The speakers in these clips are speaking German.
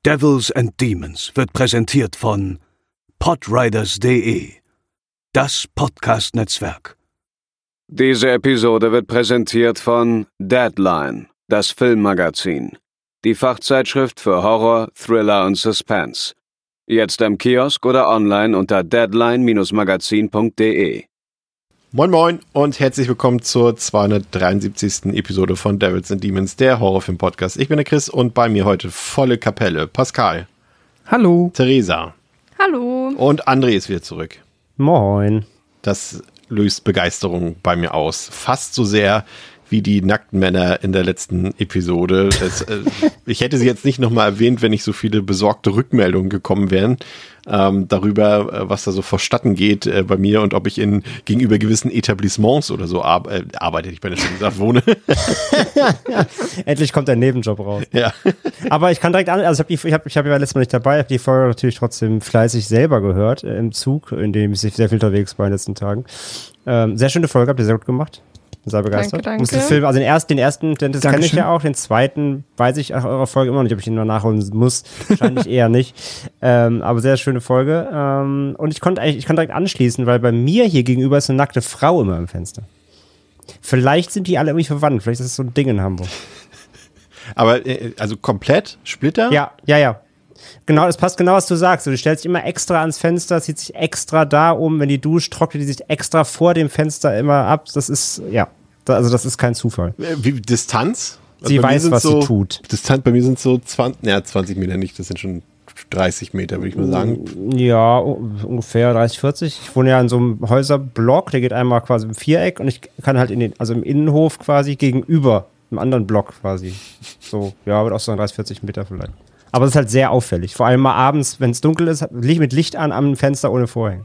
Devils and Demons wird präsentiert von podriders.de, das Podcast-Netzwerk. Diese Episode wird präsentiert von Deadline, das Filmmagazin, die Fachzeitschrift für Horror, Thriller und Suspense. Jetzt im Kiosk oder online unter deadline-magazin.de. Moin Moin und herzlich willkommen zur 273. Episode von Devils and Demons, der Horrorfilm-Podcast. Ich bin der Chris und bei mir heute volle Kapelle. Pascal. Hallo. Theresa. Hallo. Und André ist wieder zurück. Moin. Das löst Begeisterung bei mir aus. Fast so sehr wie die nackten Männer in der letzten Episode. Ich hätte sie jetzt nicht nochmal erwähnt, wenn nicht so viele besorgte Rückmeldungen gekommen wären darüber, was da so vorstatten geht bei mir und ob ich gegenüber gewissen Etablissements oder so arbeite. Ich bin ja schon gesagt, wohne. Endlich kommt der Nebenjob raus. Ja. Aber ich kann direkt also ich hab ja letztes Mal nicht dabei, habe die Folge natürlich trotzdem fleißig selber gehört im Zug, in dem ich sehr viel unterwegs war in den letzten Tagen. Sehr schöne Folge, habt ihr sehr gut gemacht. Sehr begeistert. Danke. Den Film, also den ersten, das kenne ich ja auch, den zweiten weiß ich nach eurer Folge immer noch nicht, ob ich ihn noch nachholen muss. Wahrscheinlich eher nicht. Aber sehr schöne Folge. Und ich konnte direkt anschließen, weil bei mir hier gegenüber ist eine nackte Frau immer im Fenster. Vielleicht sind die alle irgendwie verwandt. Vielleicht ist es so ein Ding in Hamburg. Aber also komplett? Splitter? Ja. Genau, das passt genau, was du sagst. Du stellst dich immer extra ans Fenster, zieht sich extra da um, wenn die duscht, trocknet die sich extra vor dem Fenster immer ab. Das ist, das ist kein Zufall. Wie Distanz? Sie weiß, was sie tut. Distanz, bei mir sind so 20 Meter nicht, das sind schon 30 Meter, würde ich mal sagen. Ja, ungefähr 30, 40. Ich wohne ja in so einem Häuserblock, der geht einmal quasi im Viereck und ich kann halt im Innenhof quasi gegenüber einem anderen Block quasi. So, ja, wird auch so 30, 40 Meter vielleicht. Aber es ist halt sehr auffällig. Vor allem mal abends, wenn es dunkel ist, mit Licht am Fenster ohne Vorhänge.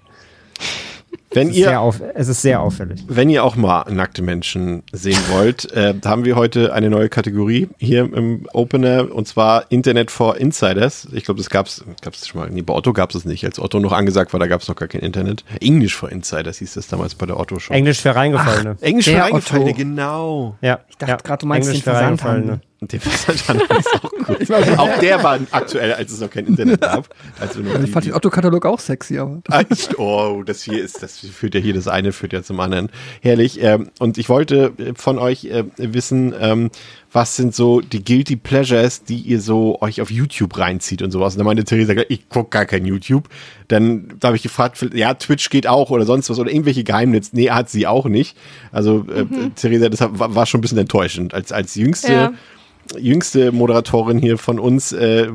Es ist sehr auffällig. Wenn ihr auch mal nackte Menschen sehen wollt, haben wir heute eine neue Kategorie hier im Opener, und zwar Internet for Insiders. Ich glaube, das gab's schon mal. Nee, bei Otto gab es es nicht. Als Otto noch angesagt war, da gab es noch gar kein Internet. English for Insiders hieß das damals bei der Otto-Show. Englisch für Reingefallene. Englisch für Reingefallene, genau. Ja. Ich dachte gerade, du meinst Englisch den Versandhandel. Der Versandhandel ist auch gut. Auch der war aktuell, als es noch kein Internet gab. Ich fand den Otto-Katalog auch sexy, aber. Das führt ja hier, das eine führt ja zum anderen. Herrlich. Und ich wollte von euch wissen, was sind so die Guilty Pleasures, die ihr so euch auf YouTube reinzieht und sowas. Und dann meinte Theresa, ich gucke gar kein YouTube. Dann habe ich gefragt, ja, Twitch geht auch oder sonst was oder irgendwelche Geheimnisse. Nee, hat sie auch nicht. Also Theresa, das war schon ein bisschen enttäuschend. Als jüngste Moderatorin hier von uns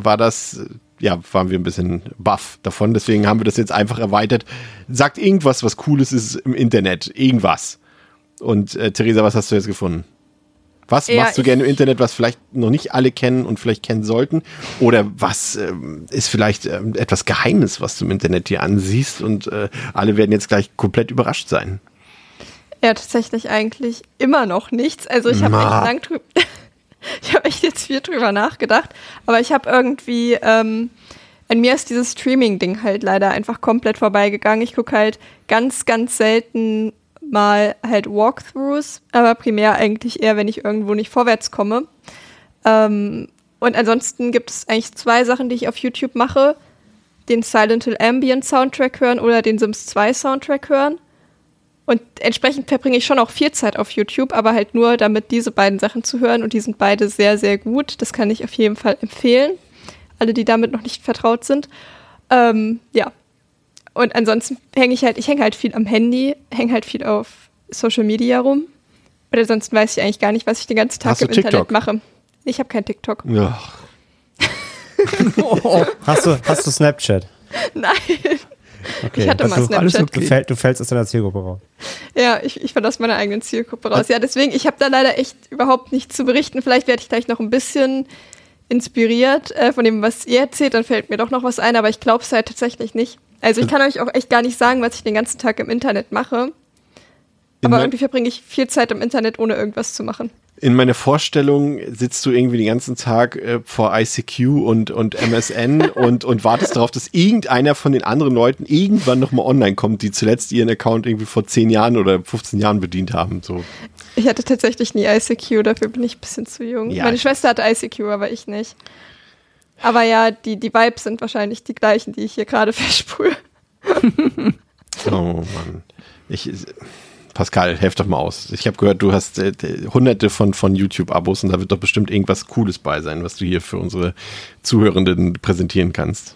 waren wir ein bisschen baff davon. Deswegen haben wir das jetzt einfach erweitert. Sagt irgendwas, was Cooles ist im Internet. Irgendwas. Und Theresa, was hast du jetzt gefunden? Was machst du gerne im Internet, was vielleicht noch nicht alle kennen und vielleicht kennen sollten? Oder was ist vielleicht etwas Geheimes, was du im Internet hier ansiehst und alle werden jetzt gleich komplett überrascht sein? Ja, tatsächlich eigentlich immer noch nichts. Also ich habe echt jetzt viel drüber nachgedacht, aber ich habe irgendwie, an mir ist dieses Streaming-Ding halt leider einfach komplett vorbeigegangen. Ich gucke halt ganz, ganz selten mal halt Walkthroughs, aber primär eigentlich eher, wenn ich irgendwo nicht vorwärts komme. Und ansonsten gibt es eigentlich 2 Sachen, die ich auf YouTube mache. Den Silent Hill Ambient Soundtrack hören oder den Sims 2 Soundtrack hören. Und entsprechend verbringe ich schon auch viel Zeit auf YouTube, aber halt nur, damit diese beiden Sachen zu hören. Und die sind beide sehr, sehr gut. Das kann ich auf jeden Fall empfehlen. Alle, die damit noch nicht vertraut sind. Ja. Und ansonsten hänge ich halt viel am Handy, hänge halt viel auf Social Media rum. Und ansonsten weiß ich eigentlich gar nicht, was ich den ganzen Tag im Internet mache. Ich habe kein TikTok. Ja. Hast du Snapchat? Nein. Okay. Ich hatte mal Snapchat. Okay. Du fällst aus deiner Zielgruppe raus. Ja, ich falle aus meiner eigenen Zielgruppe raus. Ja, deswegen, ich habe da leider echt überhaupt nichts zu berichten. Vielleicht werde ich gleich noch ein bisschen inspiriert von dem, was ihr erzählt. Dann fällt mir doch noch was ein, aber ich glaube es halt tatsächlich nicht. Also ich kann euch auch echt gar nicht sagen, was ich den ganzen Tag im Internet mache. Aber irgendwie verbringe ich viel Zeit im Internet, ohne irgendwas zu machen. In meiner Vorstellung sitzt du irgendwie den ganzen Tag vor ICQ und MSN und wartest darauf, dass irgendeiner von den anderen Leuten irgendwann nochmal online kommt, die zuletzt ihren Account irgendwie vor 10 Jahren oder 15 Jahren bedient haben. So. Ich hatte tatsächlich nie ICQ, dafür bin ich ein bisschen zu jung. Ja, Meine Schwester hatte ICQ, aber ich nicht. Aber ja, die Vibes sind wahrscheinlich die gleichen, die ich hier gerade versprühe. Oh Mann. Pascal, helf doch mal aus. Ich habe gehört, du hast hunderte von YouTube-Abos und da wird doch bestimmt irgendwas Cooles bei sein, was du hier für unsere Zuhörenden präsentieren kannst.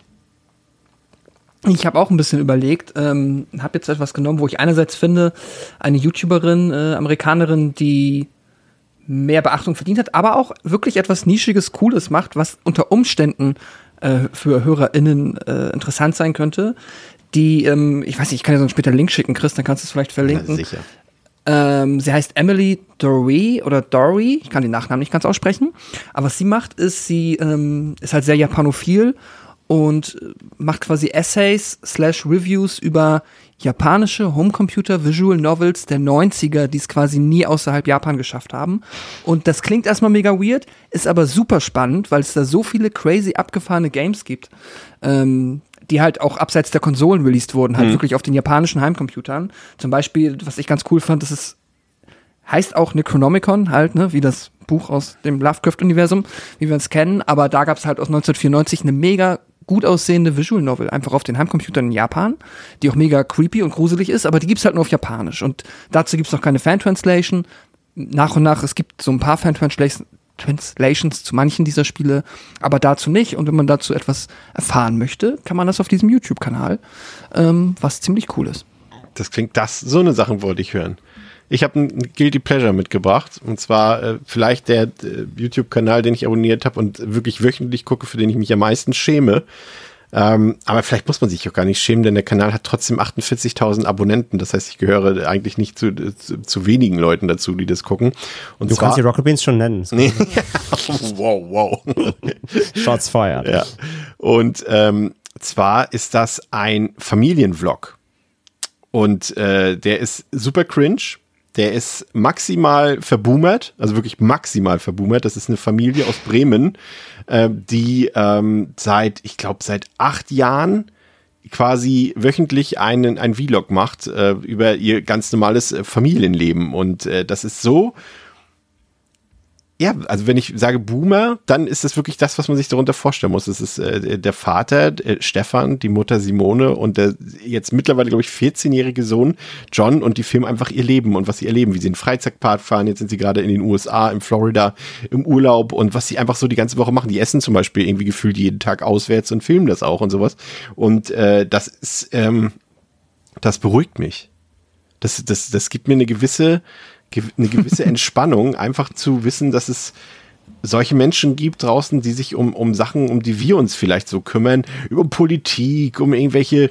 Ich habe auch ein bisschen überlegt, habe jetzt etwas genommen, wo ich einerseits finde, eine YouTuberin, Amerikanerin, die mehr Beachtung verdient hat, aber auch wirklich etwas Nischiges, Cooles macht, was unter Umständen für HörerInnen interessant sein könnte. Die, ich weiß nicht, ich kann dir sonst später einen Link schicken, Chris, dann kannst du es vielleicht verlinken. Ja, sicher. Sie heißt Emily Dory, ich kann den Nachnamen nicht ganz aussprechen, aber was sie macht, ist, sie ist halt sehr japanophil und macht quasi Essays/Reviews über japanische Homecomputer Visual Novels der 90er, die es quasi nie außerhalb Japan geschafft haben. Und das klingt erstmal mega weird, ist aber super spannend, weil es da so viele crazy abgefahrene Games gibt, die halt auch abseits der Konsolen released wurden, halt wirklich auf den japanischen Heimcomputern. Zum Beispiel, was ich ganz cool fand, heißt auch Necronomicon halt, ne, wie das Buch aus dem Lovecraft-Universum, wie wir es kennen, aber da gab es halt aus 1994 eine mega gut aussehende Visual Novel, einfach auf den Heimcomputern in Japan, die auch mega creepy und gruselig ist, aber die gibt's halt nur auf Japanisch und dazu gibt's noch keine Fan-Translation. Nach und nach, es gibt so ein paar Fan-Translations zu manchen dieser Spiele, aber dazu nicht. Und wenn man dazu etwas erfahren möchte, kann man das auf diesem YouTube-Kanal, was ziemlich cool ist. Das klingt, so eine Sache wollte ich hören. Ich habe ein Guilty Pleasure mitgebracht und zwar vielleicht der YouTube-Kanal, den ich abonniert habe und wirklich wöchentlich gucke, für den ich mich am meisten schäme. Aber vielleicht muss man sich auch gar nicht schämen, denn der Kanal hat trotzdem 48.000 Abonnenten. Das heißt, ich gehöre eigentlich nicht zu wenigen Leuten dazu, die das gucken. Und du kannst die Rocket Beans schon nennen. Nee. Wow. Shots fired. Ja. Und zwar ist das ein Familienvlog. Und der ist super cringe. Der ist maximal verboomert, also wirklich maximal verboomert. Das ist eine Familie aus Bremen, die seit 8 Jahren quasi wöchentlich einen Vlog macht über ihr ganz normales Familienleben. Und das ist so, ja, also wenn ich sage Boomer, dann ist das wirklich das, was man sich darunter vorstellen muss. Es ist der Vater, Stefan, die Mutter Simone und der jetzt mittlerweile, glaube ich, 14-jährige Sohn John und die filmen einfach ihr Leben und was sie erleben, wie sie einen Freizeitpark fahren. Jetzt sind sie gerade in den USA, in Florida im Urlaub und was sie einfach so die ganze Woche machen. Die essen zum Beispiel irgendwie gefühlt jeden Tag auswärts und filmen das auch und sowas. Und das ist, das beruhigt mich. Das gibt mir eine gewisse Entspannung, einfach zu wissen, dass es solche Menschen gibt draußen, die sich um Sachen, um die wir uns vielleicht so kümmern, über Politik, um irgendwelche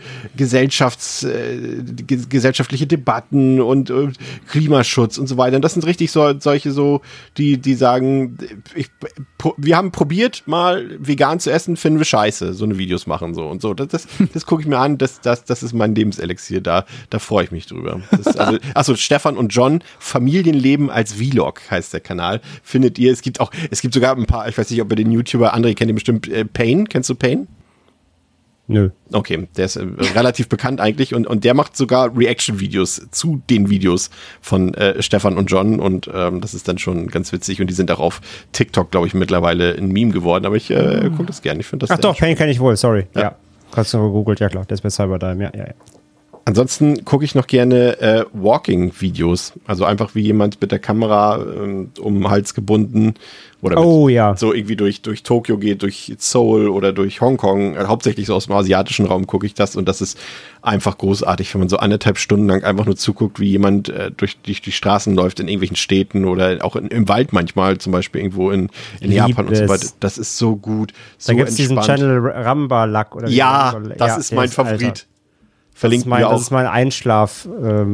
gesellschaftliche Debatten und Klimaschutz und so weiter. Und das sind richtig solche, die sagen, wir haben probiert, mal vegan zu essen, finden wir scheiße, so eine Videos machen so und so. Das gucke ich mir an, das ist mein Lebenselixier, da freue ich mich drüber. Also Stefan und John, Familienleben als Vlog heißt der Kanal, findet ihr. Es gibt sogar ein paar, ich weiß nicht, ob ihr den YouTuber, André kennt ihr bestimmt, Payne, kennst du Payne? Nö. Okay, der ist relativ bekannt eigentlich und der macht sogar Reaction-Videos zu den Videos von Stefan und John und das ist dann schon ganz witzig und die sind auch auf TikTok, glaube ich, mittlerweile ein Meme geworden, aber ich gucke das gerne, ich finde das. Ach doch, Payne kenne ich wohl, sorry. Ja. Hast du gegoogelt, ja klar, der ist bei Cyberdyne, ja. Ansonsten gucke ich noch gerne Walking-Videos, also einfach wie jemand mit der Kamera um den Hals gebunden oder so irgendwie durch Tokio geht, durch Seoul oder durch Hongkong, hauptsächlich so aus dem asiatischen Raum gucke ich das und das ist einfach großartig, wenn man so 1,5 Stunden lang einfach nur zuguckt, wie jemand durch die Straßen läuft in irgendwelchen Städten oder auch im Wald manchmal, zum Beispiel irgendwo in Japan und so weiter. Das ist so gut, so da gibt es diesen Channel Ramba-Luck oder das ist mein Favorit. Alter. Verlinken wir auch. Das ist mein Einschlaf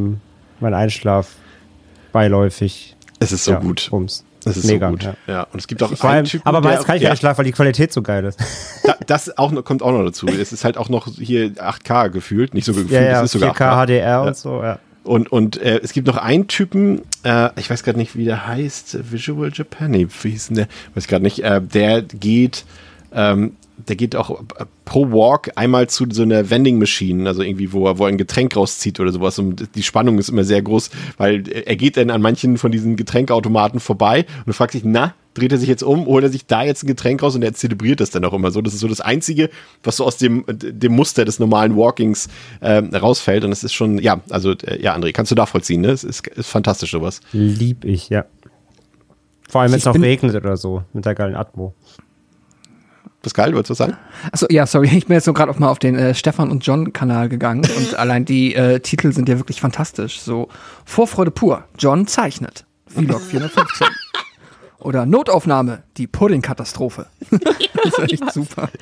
beiläufig. Es ist so gut. Bums. Es ist mega, so gut. Ja. Und es gibt auch einen Typen, aber meist kann ich ja nicht schlafen, weil die Qualität so geil ist. Das kommt auch noch dazu. Es ist halt auch noch hier 8K gefühlt, nicht so gefühlt, es ist sogar 4K HDR und so, ja. Und es gibt noch einen Typen, ich weiß gerade nicht, wie der heißt, Visual Japan, wie hieß denn der? Weiß gerade nicht, der geht der geht auch pro Walk einmal zu so einer Vending Machine, also irgendwie, wo er ein Getränk rauszieht oder sowas. Und die Spannung ist immer sehr groß, weil er geht dann an manchen von diesen Getränkautomaten vorbei und fragt sich, dreht er sich jetzt um, holt er sich da jetzt ein Getränk raus und er zelebriert das dann auch immer so. Das ist so das Einzige, was so aus dem Muster des normalen Walkings rausfällt. Und es ist schon, André, kannst du nachvollziehen, ne? Es ist fantastisch sowas. Lieb ich, ja. Vor allem, wenn es noch regnet oder so, mit der geilen Atmo. Pascal, wolltest du was sagen? Achso, ja, sorry, ich bin jetzt so gerade auf den Stefan und John-Kanal gegangen und allein die Titel sind ja wirklich fantastisch. So, Vorfreude pur, John zeichnet, Vlog 415. Oder Notaufnahme, die Pudding-Katastrophe. Das ist echt super.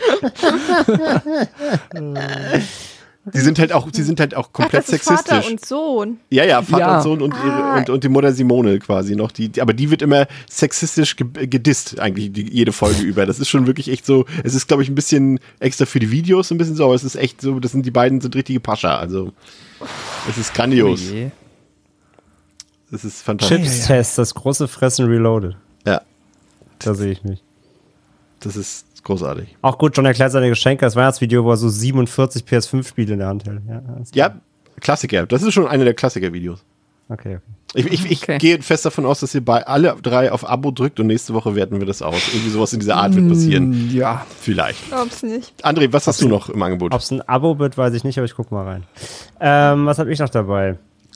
Die sind halt auch komplett das ist sexistisch. Vater und Sohn. Ja, Vater und Sohn und die Mutter Simone quasi noch. Aber die wird immer sexistisch gedisst, eigentlich jede Folge über. Das ist schon wirklich echt so, es ist, glaube ich, ein bisschen extra für die Videos ein bisschen so, aber es ist echt so, die beiden sind richtige Pascha. Also, es ist grandios. Oh je. Das ist fantastisch. Chips-Test, das große Fressen Reloaded. Ja. Da sehe ich mich. Das ist großartig. Auch gut, John erklärt seine Geschenke, das Weihnachtsvideo, wo er so 47 PS5-Spiele in der Hand hält. Ja, Klassiker. Das ist schon eine der Klassiker-Videos. Okay. Ich gehe fest davon aus, dass ihr bei alle 3 auf Abo drückt und nächste Woche werten wir das aus. Irgendwie sowas in dieser Art wird passieren. Ja. Vielleicht. Glaub's nicht. André, was hast du noch im Angebot? Ob es ein Abo wird, weiß ich nicht, aber ich guck mal rein. Was habe ich noch dabei?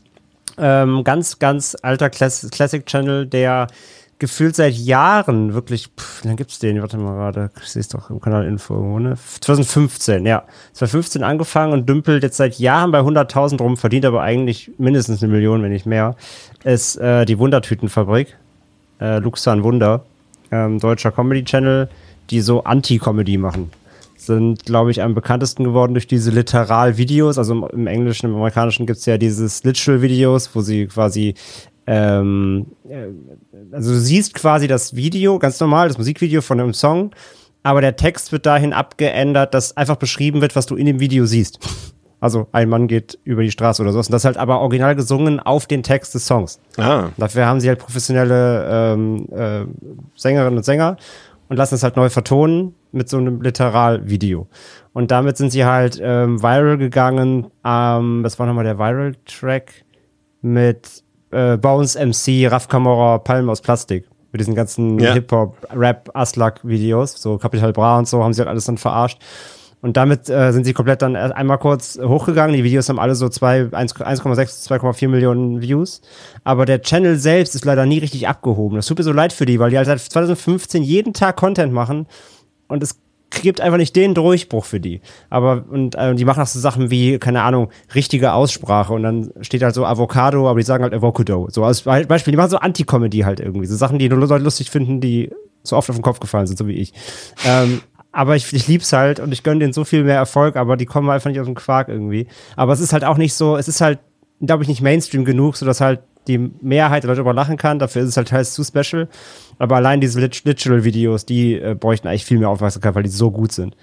Ganz, ganz alter Classic-Channel, der gefühlt seit Jahren wirklich, wie lange gibt's den? Warte mal gerade, ich sehe es doch im Kanal Info, ne? 2015, ja. 2015 angefangen und dümpelt jetzt seit Jahren bei 100.000 rum, verdient aber eigentlich mindestens 1 Million, wenn nicht mehr. Ist die Wundertütenfabrik, Luxan Wunder, deutscher Comedy-Channel, die so Anti-Comedy machen. Sind, glaube ich, am bekanntesten geworden durch diese Literal-Videos. Also im Englischen, im Amerikanischen gibt es ja dieses Literal-Videos, wo sie quasi also du siehst quasi das Video, ganz normal, das Musikvideo von einem Song, aber der Text wird dahin abgeändert, dass einfach beschrieben wird, was du in dem Video siehst. Also ein Mann geht über die Straße oder sowas. Und das halt aber original gesungen auf den Text des Songs. Dafür haben sie halt professionelle Sängerinnen und Sänger und lassen es halt neu vertonen mit so einem Literalvideo. Und damit sind sie halt viral gegangen. Das war nochmal der Viral-Track mit Bones MC, Raf Camora, Palmen aus Plastik. Mit diesen ganzen Hip-Hop, Rap, Aslak-Videos, so Capital Bra und so, haben sie halt alles dann verarscht. Und damit sind sie komplett dann einmal kurz hochgegangen. Die Videos haben alle so 1,6 bis 2,4 Millionen Views. Aber der Channel selbst ist leider nie richtig abgehoben. Das tut mir so leid für die, weil die halt seit 2015 jeden Tag Content machen und es gibt einfach nicht den Durchbruch für die. Aber die machen auch so Sachen wie, keine Ahnung, richtige Aussprache und dann steht halt so Avocado, aber die sagen halt Avocado. So als Beispiel, die machen so Anti-Comedy halt irgendwie. So Sachen, die nur Leute lustig finden, die so oft auf den Kopf gefallen sind, so wie ich. Aber ich lieb's halt und ich gönne denen so viel mehr Erfolg, aber die kommen einfach nicht aus dem Quark irgendwie. Aber es ist halt auch nicht so, es ist halt, glaube ich, nicht Mainstream genug, sodass halt die Mehrheit der Leute darüber lachen kann. Dafür ist es halt teils zu special. Aber allein diese Literal-Videos, die bräuchten eigentlich viel mehr Aufmerksamkeit, weil die so gut sind.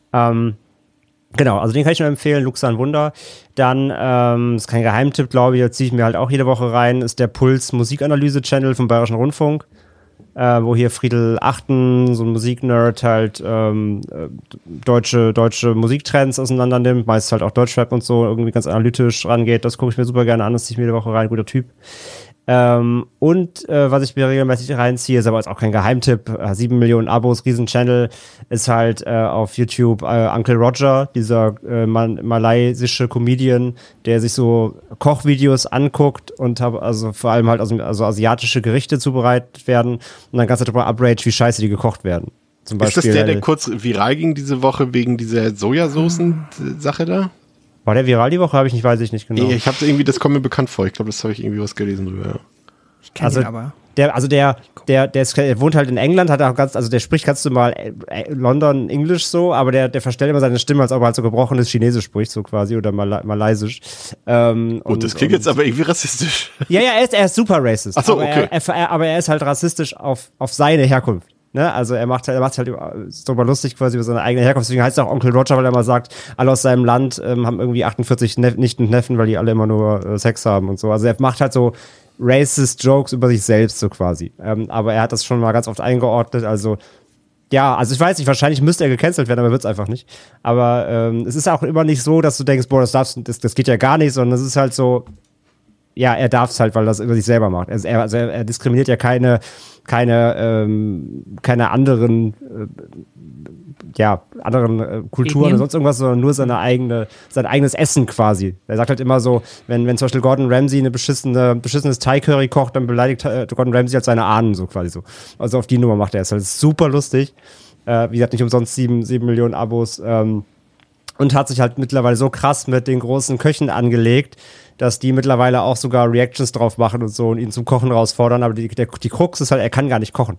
Genau, also den kann ich nur empfehlen, Luxan Wunder. Dann, ist kein Geheimtipp, glaube ich, da ziehe ich mir halt auch jede Woche rein, ist der Puls Musikanalyse-Channel vom Bayerischen Rundfunk. Wo hier Friedel Achten, so ein Musiknerd, halt deutsche Musiktrends auseinander nimmt, meist halt auch Deutschrap und so, irgendwie ganz analytisch rangeht. Das gucke ich mir super gerne an, das ziehe ich mir jede Woche rein, guter Typ. Was ich mir regelmäßig reinziehe, ist aber jetzt auch kein Geheimtipp, 7 Millionen Abos, Riesen-Channel, ist halt auf YouTube Uncle Roger, dieser malaysische Comedian, der sich so Kochvideos anguckt und also vor allem halt also asiatische Gerichte zubereitet werden und dann ganz darüber abrage, wie scheiße die gekocht werden. Zum Beispiel, ist das der kurz viral ging diese Woche wegen dieser Sojasoßen-Sache da? War der viral die Woche? Weiß ich nicht genau. Ich habe irgendwie, das kommt mir bekannt vor. Ich glaube, das habe ich irgendwie was gelesen drüber. Ja. Ich kenne ihn aber. Der wohnt halt in England, hat auch der spricht ganz normal London Englisch so, aber der verstellt immer seine Stimme, als ob er halt so gebrochenes Chinesisch spricht, so quasi, oder Malaysisch. Das klingt jetzt aber irgendwie rassistisch. Ja, er ist super racist. Ach so, okay. Aber er ist halt rassistisch auf seine Herkunft. Ne? Also er macht halt super lustig quasi über seine eigene Herkunft. Deswegen heißt er auch Onkel Roger, weil er immer sagt, alle aus seinem Land haben irgendwie 48 Nichten und Neffen, weil die alle immer nur Sex haben und so. Also er macht halt so racist Jokes über sich selbst so quasi. Aber er hat das schon mal ganz oft eingeordnet. Also Ja, also ich weiß nicht, wahrscheinlich müsste er gecancelt werden, aber wird es einfach nicht. Aber es ist auch immer nicht so, dass du denkst, boah, das geht ja gar nicht, sondern es ist halt so, ja, er darf es halt, weil er das über sich selber macht. Also er diskriminiert ja keine anderen Kulturen oder sonst irgendwas, sondern nur sein eigenes Essen quasi. Er sagt halt immer so, wenn zum Beispiel Gordon Ramsay ein beschissenes Thai-Curry kocht, dann beleidigt Gordon Ramsay halt seine Ahnen so quasi so. Also auf die Nummer macht er es. Das ist super lustig. Wie gesagt, nicht umsonst 7 Millionen Abos. Und hat sich halt mittlerweile so krass mit den großen Köchen angelegt, dass die mittlerweile auch sogar Reactions drauf machen und so und ihn zum Kochen herausfordern. Aber die Krux ist halt, er kann gar nicht kochen.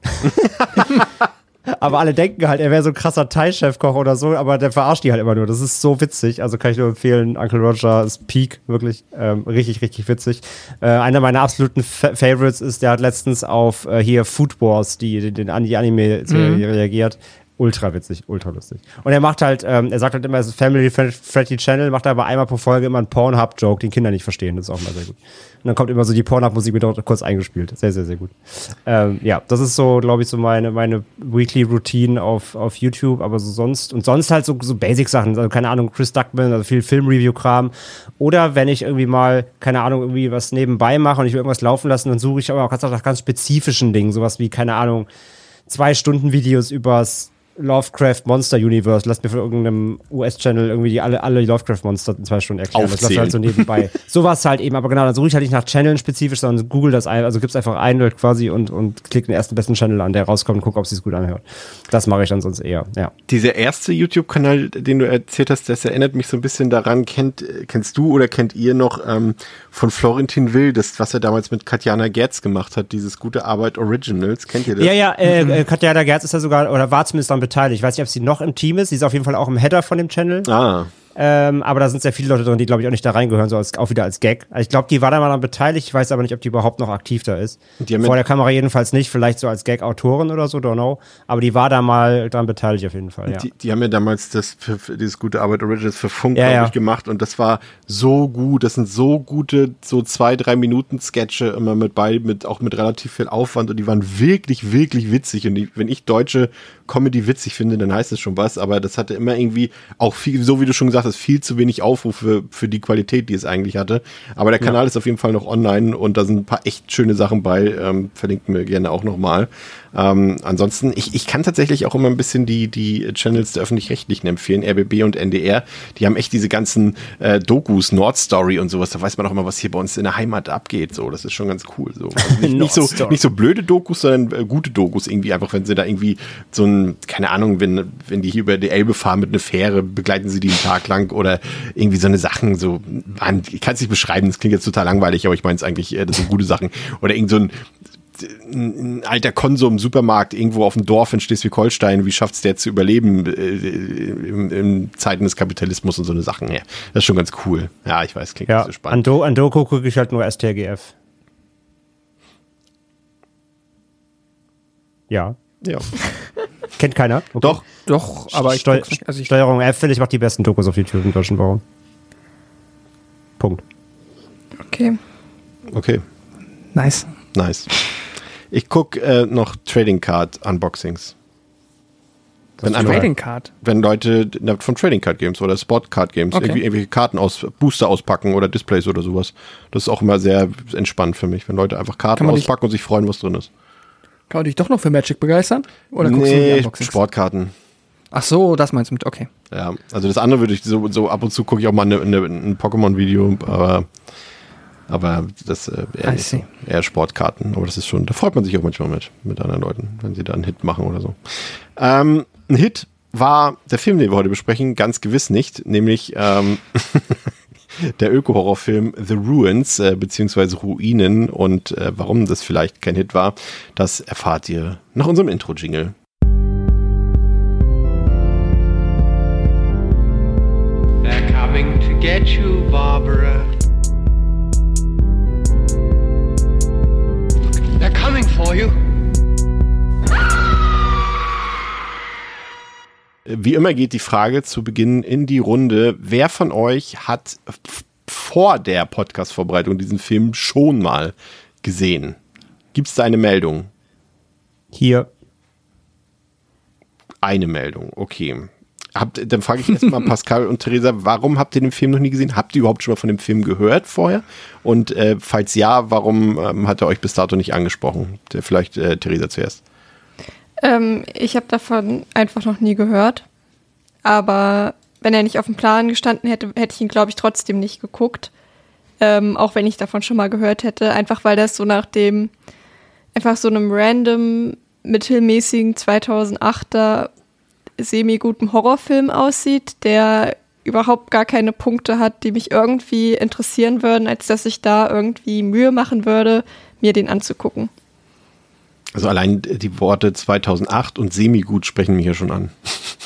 Aber alle denken halt, er wäre so ein krasser Thai-Chefkoch oder so, aber der verarscht die halt immer nur. Das ist so witzig. Also kann ich nur empfehlen, Uncle Roger ist Peak, wirklich richtig, richtig witzig. Einer meiner absoluten Favorites ist, der hat letztens auf hier Food Wars, die Anime-Serie reagiert. Ultra witzig, ultra lustig. Und er macht halt, er sagt halt immer, es ist Family-Friendly Channel, macht aber einmal pro Folge immer einen Pornhub-Joke, den Kinder nicht verstehen. Das ist auch mal sehr gut. Und dann kommt immer so die Pornhub-Musik wieder kurz eingespielt. Sehr, sehr, sehr gut. Ja, das ist so, glaube ich, so meine Weekly-Routine auf YouTube, aber so sonst halt so Basic-Sachen, also keine Ahnung, Chris Duckman, also viel Film-Review-Kram. Oder wenn ich irgendwie mal, keine Ahnung, irgendwie was nebenbei mache und ich will irgendwas laufen lassen, dann suche ich aber auch nach ganz spezifischen Dingen, sowas wie, keine Ahnung, 2-Stunden-Videos übers Lovecraft Monster Universe. Lasst mir von irgendeinem US-Channel irgendwie alle Lovecraft Monster in 2 Stunden erklären. Aufzählen. Das läuft halt so nebenbei. Sowas halt eben, aber genau, dann suche ich halt nicht nach Channeln spezifisch, sondern google das ein, also gib's einfach ein quasi und klick den ersten besten Channel an, der rauskommt und guck, ob es sich gut anhört. Das mache ich dann sonst eher, ja. Dieser erste YouTube-Kanal, den du erzählt hast, das erinnert mich so ein bisschen daran, kennst du oder kennt ihr noch von Florentin Will, das, was er damals mit Katjana Gerz gemacht hat, dieses Gute Arbeit Originals, kennt ihr das? Ja, Katjana Gerz ist ja sogar, oder war zumindest dann beteiligt. Ich weiß nicht, ob sie noch im Team ist. Sie ist auf jeden Fall auch im Header von dem Channel. Aber da sind sehr viele Leute drin, die, glaube ich, auch nicht da reingehören, so auch wieder als Gag. Also ich glaube, die war da mal dann beteiligt. Ich weiß aber nicht, ob die überhaupt noch aktiv da ist. Vor der Kamera jedenfalls nicht. Vielleicht so als Gag-Autorin oder so, don't know. Aber die war da mal dran beteiligt auf jeden Fall, ja. Die haben ja damals für dieses Gute Arbeit Originals für Funk, glaube ich, gemacht. Und das war so gut. Das sind so gute, so 2-3 Minuten Sketche immer auch mit relativ viel Aufwand. Und die waren wirklich, wirklich witzig. Und wenn ich deutsche Comedy witzig finde, dann heißt es schon was. Aber das hatte immer irgendwie auch viel, so wie du schon gesagt hast, viel zu wenig Aufrufe für die Qualität, die es eigentlich hatte. Aber der Kanal ist auf jeden Fall noch online und da sind ein paar echt schöne Sachen bei. Verlinken wir gerne auch nochmal. Ansonsten, ich kann tatsächlich auch immer ein bisschen die Channels der Öffentlich-Rechtlichen empfehlen, RBB und NDR. Die haben echt diese ganzen Dokus, Nordstory und sowas. Da weiß man auch immer, was hier bei uns in der Heimat abgeht. So, das ist schon ganz cool. So. Also nicht so blöde Dokus, sondern gute Dokus irgendwie. Einfach, wenn sie da irgendwie so ein, keine Ahnung, wenn die hier über die Elbe fahren mit einer Fähre, begleiten sie die einen Tag lang oder irgendwie so eine Sachen. So, ich kann es nicht beschreiben, das klingt jetzt total langweilig, aber ich meine es eigentlich, das sind gute Sachen. Oder irgend so ein alter Konsum-Supermarkt irgendwo auf dem Dorf in Schleswig-Holstein, wie schafft es der zu überleben in Zeiten des Kapitalismus und so eine Sachen. Ja, das ist schon ganz cool. Ja, ich weiß, klingt nicht so spannend. An Doku gucke ich halt nur STRGF. Ja. Kennt keiner? Okay. Doch, aber Steuerung F, finde ich, macht die besten Dokus auf YouTube im deutschen Raum. Punkt. Okay. Nice. Ich gucke noch Trading Card Unboxings. Trading Card? Wenn Leute von Trading Card Games oder Spot Card Games irgendwelche Karten Booster auspacken oder Displays oder sowas. Das ist auch immer sehr entspannt für mich, wenn Leute einfach Karten auspacken und sich freuen, was drin ist. Kann man dich doch noch für Magic begeistern? Oder guckst du die Unboxings? Sportkarten. Ach so, das meinst du mit, okay. Ja, also das andere würde ich so ab und zu gucke ich auch mal ein Pokémon-Video, aber das eher Sportkarten. Aber das ist schon, da freut man sich auch manchmal mit anderen Leuten, wenn sie da einen Hit machen oder so. Ein Hit war der Film, den wir heute besprechen, ganz gewiss nicht, nämlich der Öko-Horrorfilm The Ruins, beziehungsweise Ruinen, und warum das vielleicht kein Hit war, das erfahrt ihr nach unserem Intro-Jingle. They're coming to get you, Barbara. They're coming for you. Wie immer geht die Frage zu Beginn in die Runde, wer von euch hat vor der Podcast-Vorbereitung diesen Film schon mal gesehen? Gibt es da eine Meldung? Hier. eine Meldung, okay. Dann frage ich erstmal Pascal und Theresa, warum habt ihr den Film noch nie gesehen? Habt ihr überhaupt schon mal von dem Film gehört vorher? Und falls ja, warum hat er euch bis dato nicht angesprochen? Vielleicht Theresa zuerst. Ich habe davon einfach noch nie gehört. Aber wenn er nicht auf dem Plan gestanden hätte, hätte ich ihn, glaube ich, trotzdem nicht geguckt. Auch wenn ich davon schon mal gehört hätte. Einfach weil das so nach dem, einfach so einem random, mittelmäßigen 2008er semi-guten Horrorfilm aussieht, der überhaupt gar keine Punkte hat, die mich irgendwie interessieren würden, als dass ich da irgendwie Mühe machen würde, mir den anzugucken. Also allein die Worte 2008 und semi-gut sprechen mich hier schon an.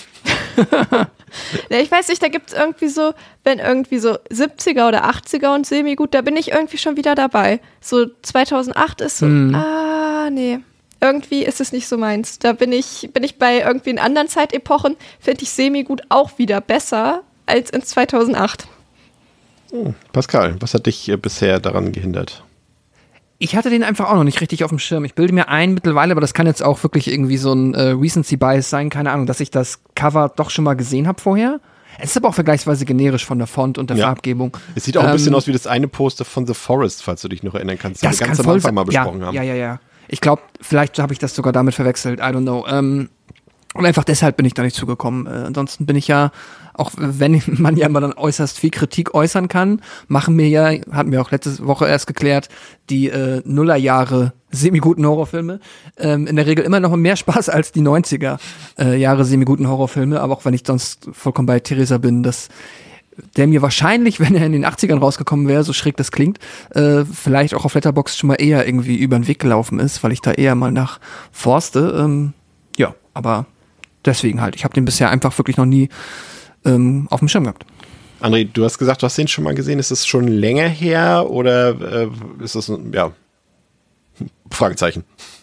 Ja, ich weiß nicht, da gibt es irgendwie so, wenn irgendwie so 70er oder 80er und semi-gut, da bin ich irgendwie schon wieder dabei. So 2008 ist so, nee. Irgendwie ist es nicht so meins. Da bin ich bei irgendwie in anderen Zeitepochen, finde ich semi-gut auch wieder besser als in 2008. Pascal, was hat dich bisher daran gehindert? Ich hatte den einfach auch noch nicht richtig auf dem Schirm. Ich bilde mir ein mittlerweile, aber das kann jetzt auch wirklich irgendwie so ein Recency-Bias sein, keine Ahnung, dass ich das Cover doch schon mal gesehen habe vorher. Es ist aber auch vergleichsweise generisch von der Font und der Farbgebung. Es sieht auch ein bisschen aus wie das eine Poster von The Forest, falls du dich noch erinnern kannst, das wir ganz am Anfang mal besprochen haben. Ja. Ich glaube, vielleicht habe ich das sogar damit verwechselt. I don't know. Und einfach deshalb bin ich da nicht zugekommen. Ansonsten bin ich ja, auch wenn man ja immer dann äußerst viel Kritik äußern kann, hatten wir auch letzte Woche erst geklärt, die Nullerjahre semi-guten Horrorfilme in der Regel immer noch mehr Spaß als die 90er Jahre semi-guten Horrorfilme. Aber auch wenn ich sonst vollkommen bei Theresa bin, dass der mir wahrscheinlich, wenn er in den 80ern rausgekommen wäre, so schräg das klingt, vielleicht auch auf Letterboxd schon mal eher irgendwie über den Weg gelaufen ist, weil ich da eher mal nach forste. Aber deswegen halt. Ich habe den bisher einfach wirklich noch nie auf dem Schirm gehabt. André, du hast gesagt, du hast den schon mal gesehen. Ist es schon länger her oder ist das, Fragezeichen?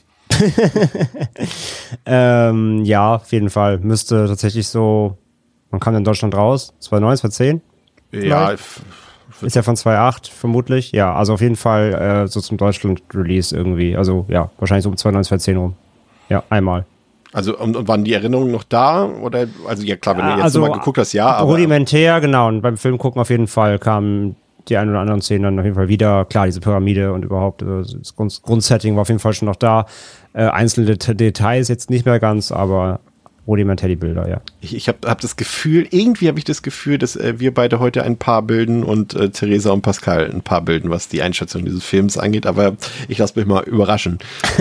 Ja, auf jeden Fall. Müsste tatsächlich so, wann kam der in Deutschland raus? 2009, 2010? Ja. Ist ja von 2008 vermutlich. Ja, also auf jeden Fall so zum Deutschland-Release irgendwie. Also ja, wahrscheinlich so um 2009, 2010 rum. Ja, einmal. Also und waren die Erinnerungen noch da? Oder, also ja klar, wenn du jetzt mal geguckt hast, ja. Aber rudimentär, genau. Und beim Film gucken auf jeden Fall kamen die ein oder anderen Szenen dann auf jeden Fall wieder. Klar, diese Pyramide und überhaupt das Grundsetting war auf jeden Fall schon noch da. Einzelne Details jetzt nicht mehr ganz, aber rudimentär die Bilder, ja. Ich hab das Gefühl, irgendwie habe ich das Gefühl, dass wir beide heute ein Paar bilden und Theresa und Pascal ein Paar bilden, was die Einschätzung dieses Films angeht, aber ich lasse mich mal überraschen.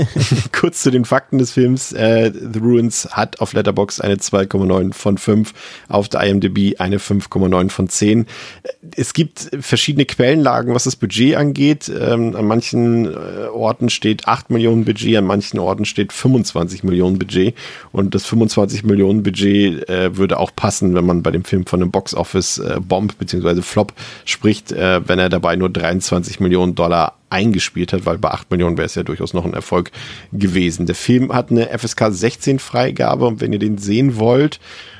Kurz zu den Fakten des Films. The Ruins hat auf Letterboxd eine 2,9 von 5, auf der IMDb eine 5,9 von 10. Es gibt verschiedene Quellenlagen, was das Budget angeht. An manchen Orten steht 8 Millionen Budget, an manchen Orten steht 25 Millionen Budget und das 25 Millionen Budget würde auch passen, wenn man bei dem Film von einem Box-Office-Bomb bzw. Flop spricht, wenn er dabei nur 23 Millionen Dollar eingespielt hat, weil bei 8 Millionen wäre es ja durchaus noch ein Erfolg gewesen. Der Film hat eine FSK 16 Freigabe und wenn ihr den sehen wollt,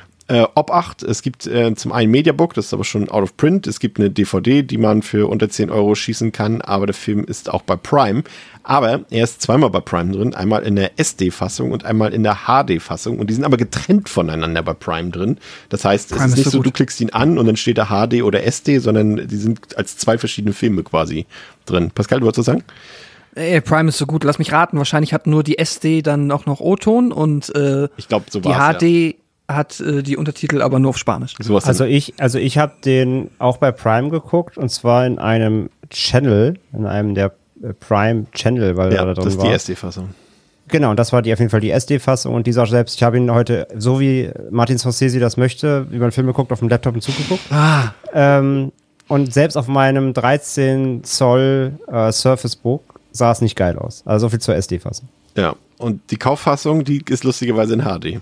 ob 8, es gibt zum einen Mediabook, das ist aber schon out of print, es gibt eine DVD, die man für unter 10 Euro schießen kann, aber der Film ist auch bei Prime, aber er ist zweimal bei Prime drin, einmal in der SD-Fassung und einmal in der HD-Fassung und die sind aber getrennt voneinander bei Prime drin, das heißt, es ist nicht so, du klickst ihn an und dann steht da HD oder SD, sondern die sind als zwei verschiedene Filme quasi drin. Pascal, du wolltest was sagen? Prime ist so gut, lass mich raten, wahrscheinlich hat nur die SD dann auch noch O-Ton und ich glaube, so die HD hat die Untertitel aber nur auf Spanisch. Also ich habe den auch bei Prime geguckt und zwar in einem Channel, in einem der Prime Channel, weil er da drin war. Das ist die SD-Fassung. Genau, und das war auf jeden Fall die SD-Fassung und die sagt selbst, ich habe ihn heute, so wie Martin Scorsese das möchte, wie man Filme guckt, auf dem Laptop zugeguckt. Und selbst auf meinem 13 Zoll Surface Book sah es nicht geil aus. Also so viel zur SD-Fassung. Ja, und die Kauffassung, die ist lustigerweise in HD.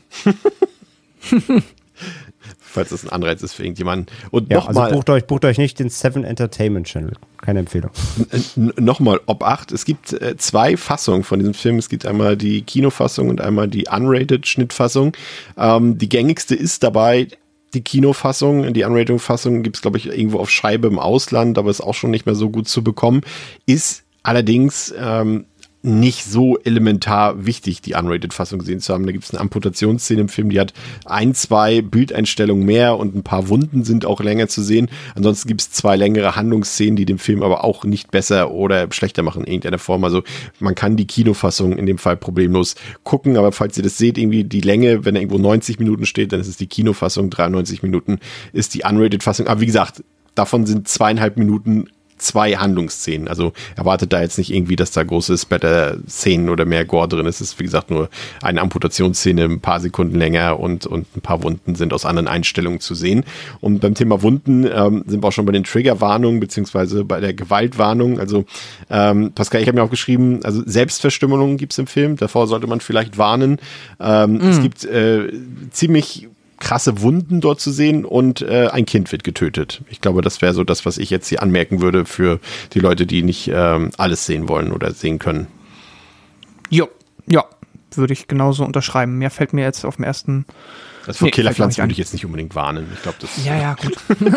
Falls das ein Anreiz ist für irgendjemanden. Und ja, nochmal. Also bucht euch nicht den 7 Entertainment Channel. Keine Empfehlung. Nochmal, ob 8. Es gibt zwei Fassungen von diesem Film. Es gibt einmal die Kinofassung und einmal die unrated Schnittfassung. Die gängigste ist dabei die Kinofassung. Die Unrated-Fassung gibt es, glaube ich, irgendwo auf Scheibe im Ausland, aber ist auch schon nicht mehr so gut zu bekommen. Ist allerdings nicht so elementar wichtig, die Unrated-Fassung gesehen zu haben. Da gibt es eine Amputationsszene im Film, die hat 1-2 Bildeinstellungen mehr und ein paar Wunden sind auch länger zu sehen. Ansonsten gibt es 2 längere Handlungsszenen, die den Film aber auch nicht besser oder schlechter machen in irgendeiner Form. Also man kann die Kinofassung in dem Fall problemlos gucken, aber falls ihr das seht, irgendwie die Länge, wenn da irgendwo 90 Minuten steht, dann ist es die Kinofassung, 93 Minuten ist die Unrated-Fassung. Aber wie gesagt, davon sind 2,5 Minuten 2 Handlungsszenen. Also erwartet da jetzt nicht irgendwie, dass da große Splatter-Szenen oder mehr Gore drin ist. Es ist, wie gesagt, nur eine Amputationsszene, ein paar Sekunden länger und ein paar Wunden sind aus anderen Einstellungen zu sehen. Und beim Thema Wunden sind wir auch schon bei den Triggerwarnungen beziehungsweise bei der Gewaltwarnung. Also Pascal, ich habe mir auch geschrieben, also Selbstverstümmelungen gibt es im Film. Davor sollte man vielleicht warnen. Es gibt ziemlich krasse Wunden dort zu sehen und ein Kind wird getötet. Ich glaube, das wäre so das, was ich jetzt hier anmerken würde für die Leute, die nicht alles sehen wollen oder sehen können. Ja, würde ich genauso unterschreiben. Mehr fällt mir jetzt auf dem ersten... Also vor Killerpflanzen würde ich jetzt nicht unbedingt warnen. Ich glaube, das... Ja, gut.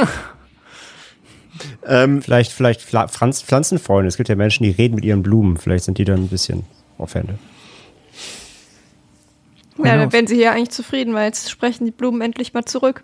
Vielleicht Pflanzenfreunde. Es gibt ja Menschen, die reden mit ihren Blumen. Vielleicht sind die dann ein bisschen offended. Ja, dann wären sie hier eigentlich zufrieden, weil jetzt sprechen die Blumen endlich mal zurück.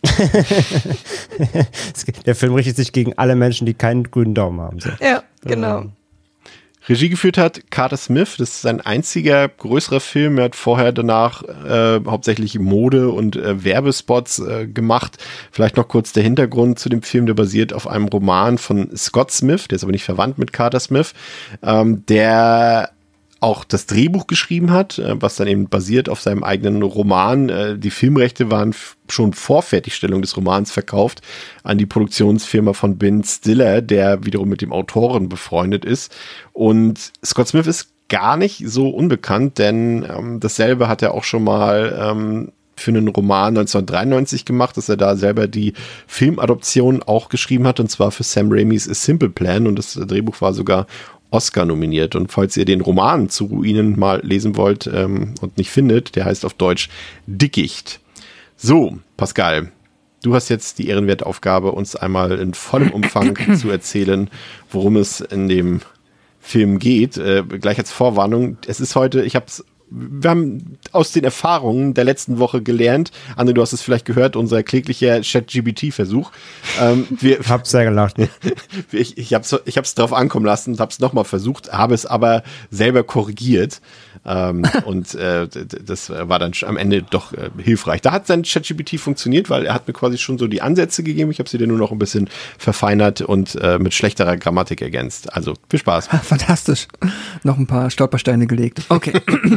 Der Film richtet sich gegen alle Menschen, die keinen grünen Daumen haben. So. Ja, genau. Regie geführt hat Carter Smith. Das ist sein einziger größerer Film. Er hat vorher danach hauptsächlich Mode- und Werbespots gemacht. Vielleicht noch kurz der Hintergrund zu dem Film. Der basiert auf einem Roman von Scott Smith. Der ist aber nicht verwandt mit Carter Smith. Der auch das Drehbuch geschrieben hat, was dann eben basiert auf seinem eigenen Roman. Die Filmrechte waren schon vor Fertigstellung des Romans verkauft an die Produktionsfirma von Ben Stiller, der wiederum mit dem Autoren befreundet ist. Und Scott Smith ist gar nicht so unbekannt, denn dasselbe hat er auch schon mal für einen Roman 1993 gemacht, dass er da selber die Filmadoption auch geschrieben hat, und zwar für Sam Raimis A Simple Plan, und das Drehbuch war sogar Oscar nominiert. Und falls ihr den Roman zu Ruinen mal lesen wollt und nicht findet, der heißt auf Deutsch Dickicht. So, Pascal, du hast jetzt die ehrenwerte Aufgabe, uns einmal in vollem Umfang zu erzählen, worum es in dem Film geht. Gleich als Vorwarnung, es ist heute, wir haben aus den Erfahrungen der letzten Woche gelernt. André, du hast es vielleicht gehört, unser kläglicher Chat-GBT-Versuch. Ich hab's sehr gelacht. Ich hab's drauf ankommen lassen und hab's nochmal versucht, habe es aber selber korrigiert. Und das war dann am Ende doch hilfreich. Da hat sein ChatGPT funktioniert, weil er hat mir quasi schon so die Ansätze gegeben. Ich habe sie dann nur noch ein bisschen verfeinert und mit schlechterer Grammatik ergänzt. Also viel Spaß. Fantastisch. Noch ein paar Stolpersteine gelegt. Okay.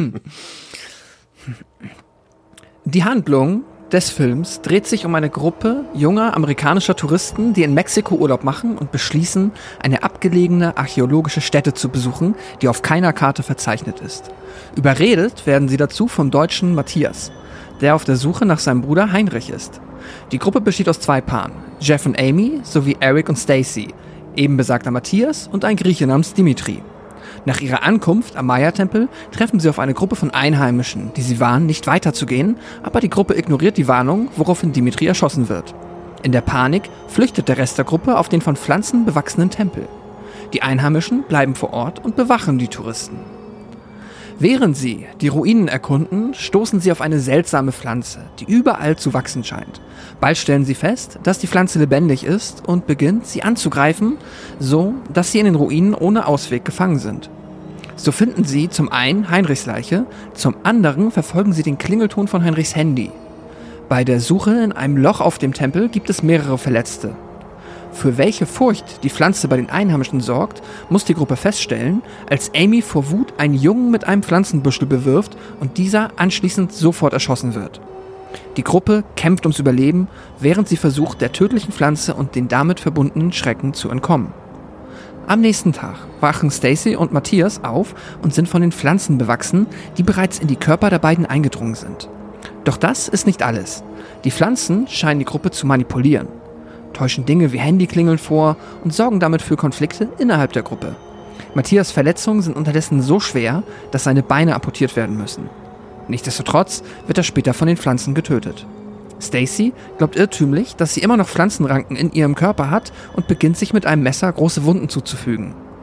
Die Handlung des Films dreht sich um eine Gruppe junger amerikanischer Touristen, die in Mexiko Urlaub machen und beschließen, eine abgelegene archäologische Stätte zu besuchen, die auf keiner Karte verzeichnet ist. Überredet werden sie dazu vom Deutschen Matthias, der auf der Suche nach seinem Bruder Heinrich ist. Die Gruppe besteht aus 2 Paaren, Jeff und Amy sowie Eric und Stacy, eben besagter Matthias und ein Grieche namens Dimitri. Nach ihrer Ankunft am Maya-Tempel treffen sie auf eine Gruppe von Einheimischen, die sie warnen, nicht weiterzugehen, aber die Gruppe ignoriert die Warnung, woraufhin Dimitri erschossen wird. In der Panik flüchtet der Rest der Gruppe auf den von Pflanzen bewachsenen Tempel. Die Einheimischen bleiben vor Ort und bewachen die Touristen. Während sie die Ruinen erkunden, stoßen sie auf eine seltsame Pflanze, die überall zu wachsen scheint. Bald stellen sie fest, dass die Pflanze lebendig ist und beginnt, sie anzugreifen, so dass sie in den Ruinen ohne Ausweg gefangen sind. So finden sie zum einen Heinrichs Leiche, zum anderen verfolgen sie den Klingelton von Heinrichs Handy. Bei der Suche in einem Loch auf dem Tempel gibt es mehrere Verletzte. Für welche Furcht die Pflanze bei den Einheimischen sorgt, muss die Gruppe feststellen, als Amy vor Wut einen Jungen mit einem Pflanzenbüschel bewirft und dieser anschließend sofort erschossen wird. Die Gruppe kämpft ums Überleben, während sie versucht, der tödlichen Pflanze und den damit verbundenen Schrecken zu entkommen. Am nächsten Tag wachen Stacy und Matthias auf und sind von den Pflanzen bewachsen, die bereits in die Körper der beiden eingedrungen sind. Doch das ist nicht alles. Die Pflanzen scheinen die Gruppe zu manipulieren, täuschen Dinge wie Handyklingeln vor und sorgen damit für Konflikte innerhalb der Gruppe. Matthias' Verletzungen sind unterdessen so schwer, dass seine Beine amputiert werden müssen. Nichtsdestotrotz wird er später von den Pflanzen getötet. Stacy glaubt irrtümlich, dass sie immer noch Pflanzenranken in ihrem Körper hat und beginnt sich mit einem Messer große Wunden zuzufügen.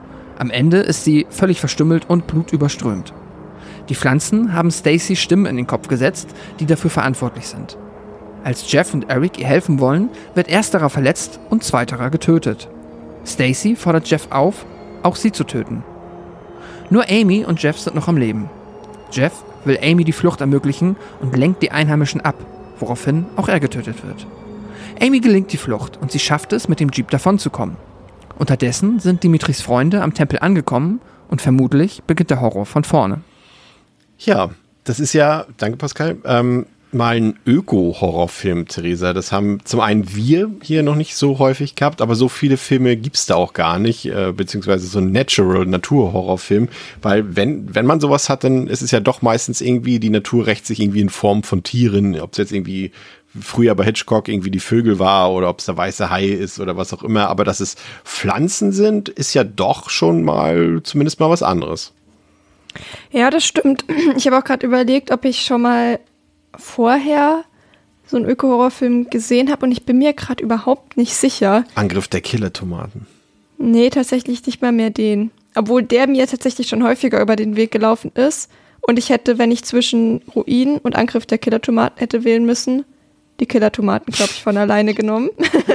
Am Ende ist sie völlig verstümmelt und blutüberströmt. Die Pflanzen haben Stacy Stimmen in den Kopf gesetzt, die dafür verantwortlich sind. Als Jeff und Eric ihr helfen wollen, wird ersterer verletzt und zweiterer getötet. Stacy fordert Jeff auf, auch sie zu töten. Nur Amy und Jeff sind noch am Leben. Jeff will Amy die Flucht ermöglichen und lenkt die Einheimischen ab, woraufhin auch er getötet wird. Amy gelingt die Flucht und sie schafft es, mit dem Jeep davonzukommen. Unterdessen sind Dimitris Freunde am Tempel angekommen und vermutlich beginnt der Horror von vorne. Ja, das ist ja, danke Pascal, mal ein Öko-Horrorfilm, Theresa. Das haben zum einen wir hier noch nicht so häufig gehabt, aber so viele Filme gibt's da auch gar nicht, beziehungsweise so ein Natural-Natur-Horrorfilm, weil wenn man sowas hat, dann ist es ja doch meistens irgendwie, die Natur rächt sich irgendwie in Form von Tieren, ob es jetzt irgendwie früher bei Hitchcock irgendwie die Vögel war oder ob es der weiße Hai ist oder was auch immer, aber dass es Pflanzen sind, ist ja doch schon mal, zumindest mal was anderes. Ja, das stimmt. Ich habe auch gerade überlegt, ob ich schon mal vorher so einen Öko-Horrorfilm gesehen habe und ich bin mir gerade überhaupt nicht sicher. Angriff der Killer-Tomaten. Nee, tatsächlich nicht mal mehr den. Obwohl der mir tatsächlich schon häufiger über den Weg gelaufen ist und ich hätte, wenn ich zwischen Ruin und Angriff der Killer-Tomaten hätte wählen müssen, die Killer-Tomaten, glaube ich, von alleine genommen.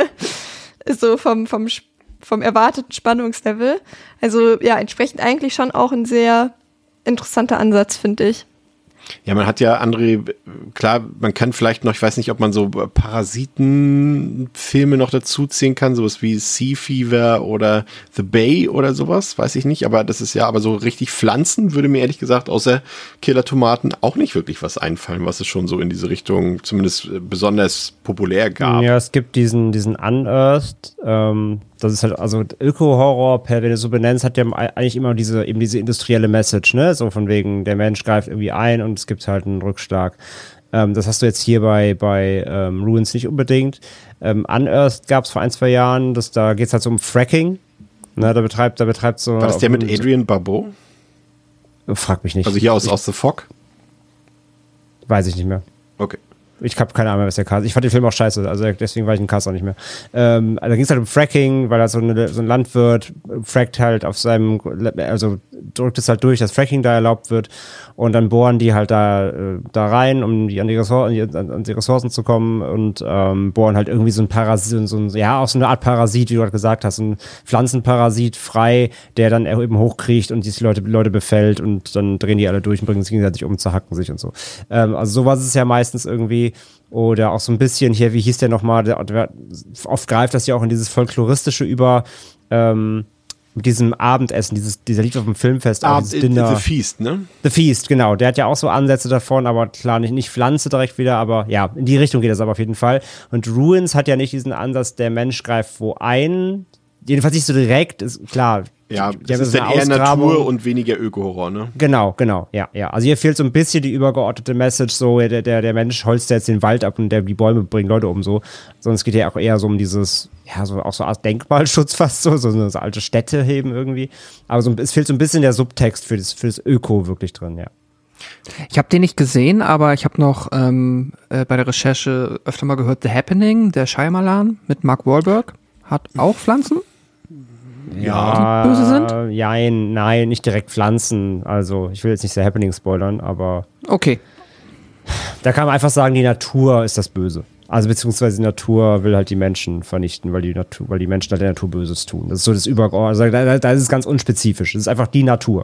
So vom erwarteten Spannungslevel. Also ja, entsprechend eigentlich schon auch ein sehr interessanter Ansatz, finde ich. Ja, man hat ja andere, klar, man kann vielleicht noch, ich weiß nicht, ob man so Parasitenfilme noch dazu ziehen kann, sowas wie Sea Fever oder The Bay oder sowas, weiß ich nicht, aber das ist ja, aber so richtig Pflanzen würde mir ehrlich gesagt außer Killer-Tomaten auch nicht wirklich was einfallen, was es schon so in diese Richtung zumindest besonders populär gab. Ja, es gibt diesen Unearthed, das ist halt, also Öko-Horror, wenn du es so benennst, hat ja eigentlich immer diese industrielle Message, ne, so von wegen, der Mensch greift irgendwie ein und es gibt halt einen Rückschlag. Das hast du jetzt hier bei Ruins nicht unbedingt. Unearthed gab es vor 1-2 Jahren, da geht es halt so um Fracking. Ne, da betreibt so. War das der mit Adrian Barbeau? Frag mich nicht. Also hier aus The Fog? Weiß ich nicht mehr. Okay. Ich habe keine Ahnung mehr, was der Cast ist. Ich fand den Film auch scheiße, also deswegen war ich den Cast auch nicht mehr. Da ging es halt um Fracking, weil da so ein Landwirt frackt halt auf seinem, also drückt es halt durch, dass Fracking da erlaubt wird und dann bohren die halt da rein, um an die Ressourcen zu kommen und bohren halt irgendwie so ein Parasit, auch so eine Art Parasit, wie du gerade gesagt hast, ein Pflanzenparasit frei, der dann eben hochkriecht und die Leute befällt und dann drehen die alle durch und bringen sich gegenseitig um, zerhacken sich und so. Also sowas ist ja meistens irgendwie. Oder auch so ein bisschen hier, wie hieß der nochmal, oft greift das ja auch in dieses Folkloristische über, mit diesem Abendessen, dieser liegt auf dem Filmfest, auch dieses Dinner. The Feast, ne? The Feast, genau. Der hat ja auch so Ansätze davon, aber klar, nicht Pflanze direkt wieder, aber ja, in die Richtung geht das aber auf jeden Fall. Und Ruins hat ja nicht diesen Ansatz, der Mensch greift wo ein, jedenfalls nicht so direkt, ist klar. Ja, das ist dann eher Natur und weniger Öko-Horror, ne? Genau, ja. Also hier fehlt so ein bisschen die übergeordnete Message, so der Mensch holzt jetzt den Wald ab und die Bäume bringen Leute um, so. Sondern es geht ja auch eher so um dieses, ja, so auch so Art Denkmalschutz fast so alte Städte heben irgendwie. Aber es fehlt so ein bisschen der Subtext für das Öko wirklich drin, ja. Ich habe den nicht gesehen, aber ich habe noch bei der Recherche öfter mal gehört, The Happening, der Shyamalan mit Mark Wahlberg, hat auch Pflanzen. Ja, die böse sind? Nein, nicht direkt Pflanzen. Also, ich will jetzt nicht The Happening spoilern, aber. Okay. Da kann man einfach sagen, die Natur ist das Böse. Also, beziehungsweise die Natur will halt die Menschen vernichten, weil die Menschen halt der Natur Böses tun. Das ist so das Übergeordnete. Also, da ist es ganz unspezifisch. Das ist einfach die Natur.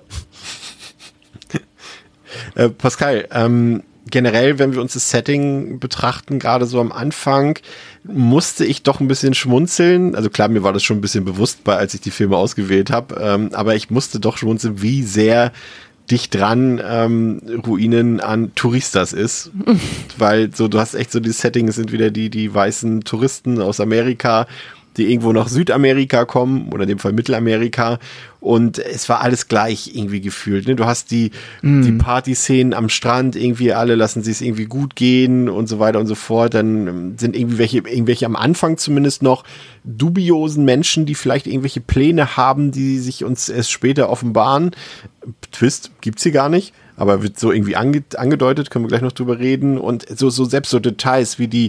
Pascal, generell, wenn wir uns das Setting betrachten, gerade so am Anfang, musste ich doch ein bisschen schmunzeln. Also klar, mir war das schon ein bisschen bewusst, als ich die Filme ausgewählt habe, aber ich musste doch schmunzeln, wie sehr dicht dran Ruinen an Touristas ist. Weil so, du hast echt so die Settings, sind wieder die weißen Touristen aus Amerika, die irgendwo nach Südamerika kommen oder in dem Fall Mittelamerika und es war alles gleich irgendwie gefühlt. Ne? Du hast die Partyszenen am Strand, irgendwie alle lassen sich es irgendwie gut gehen und so weiter und so fort. Dann sind irgendwelche am Anfang zumindest noch dubiosen Menschen, die vielleicht irgendwelche Pläne haben, die sich uns erst später offenbaren. Twist gibt's hier gar nicht, aber wird so irgendwie angedeutet, können wir gleich noch drüber reden. Und so selbst so Details wie die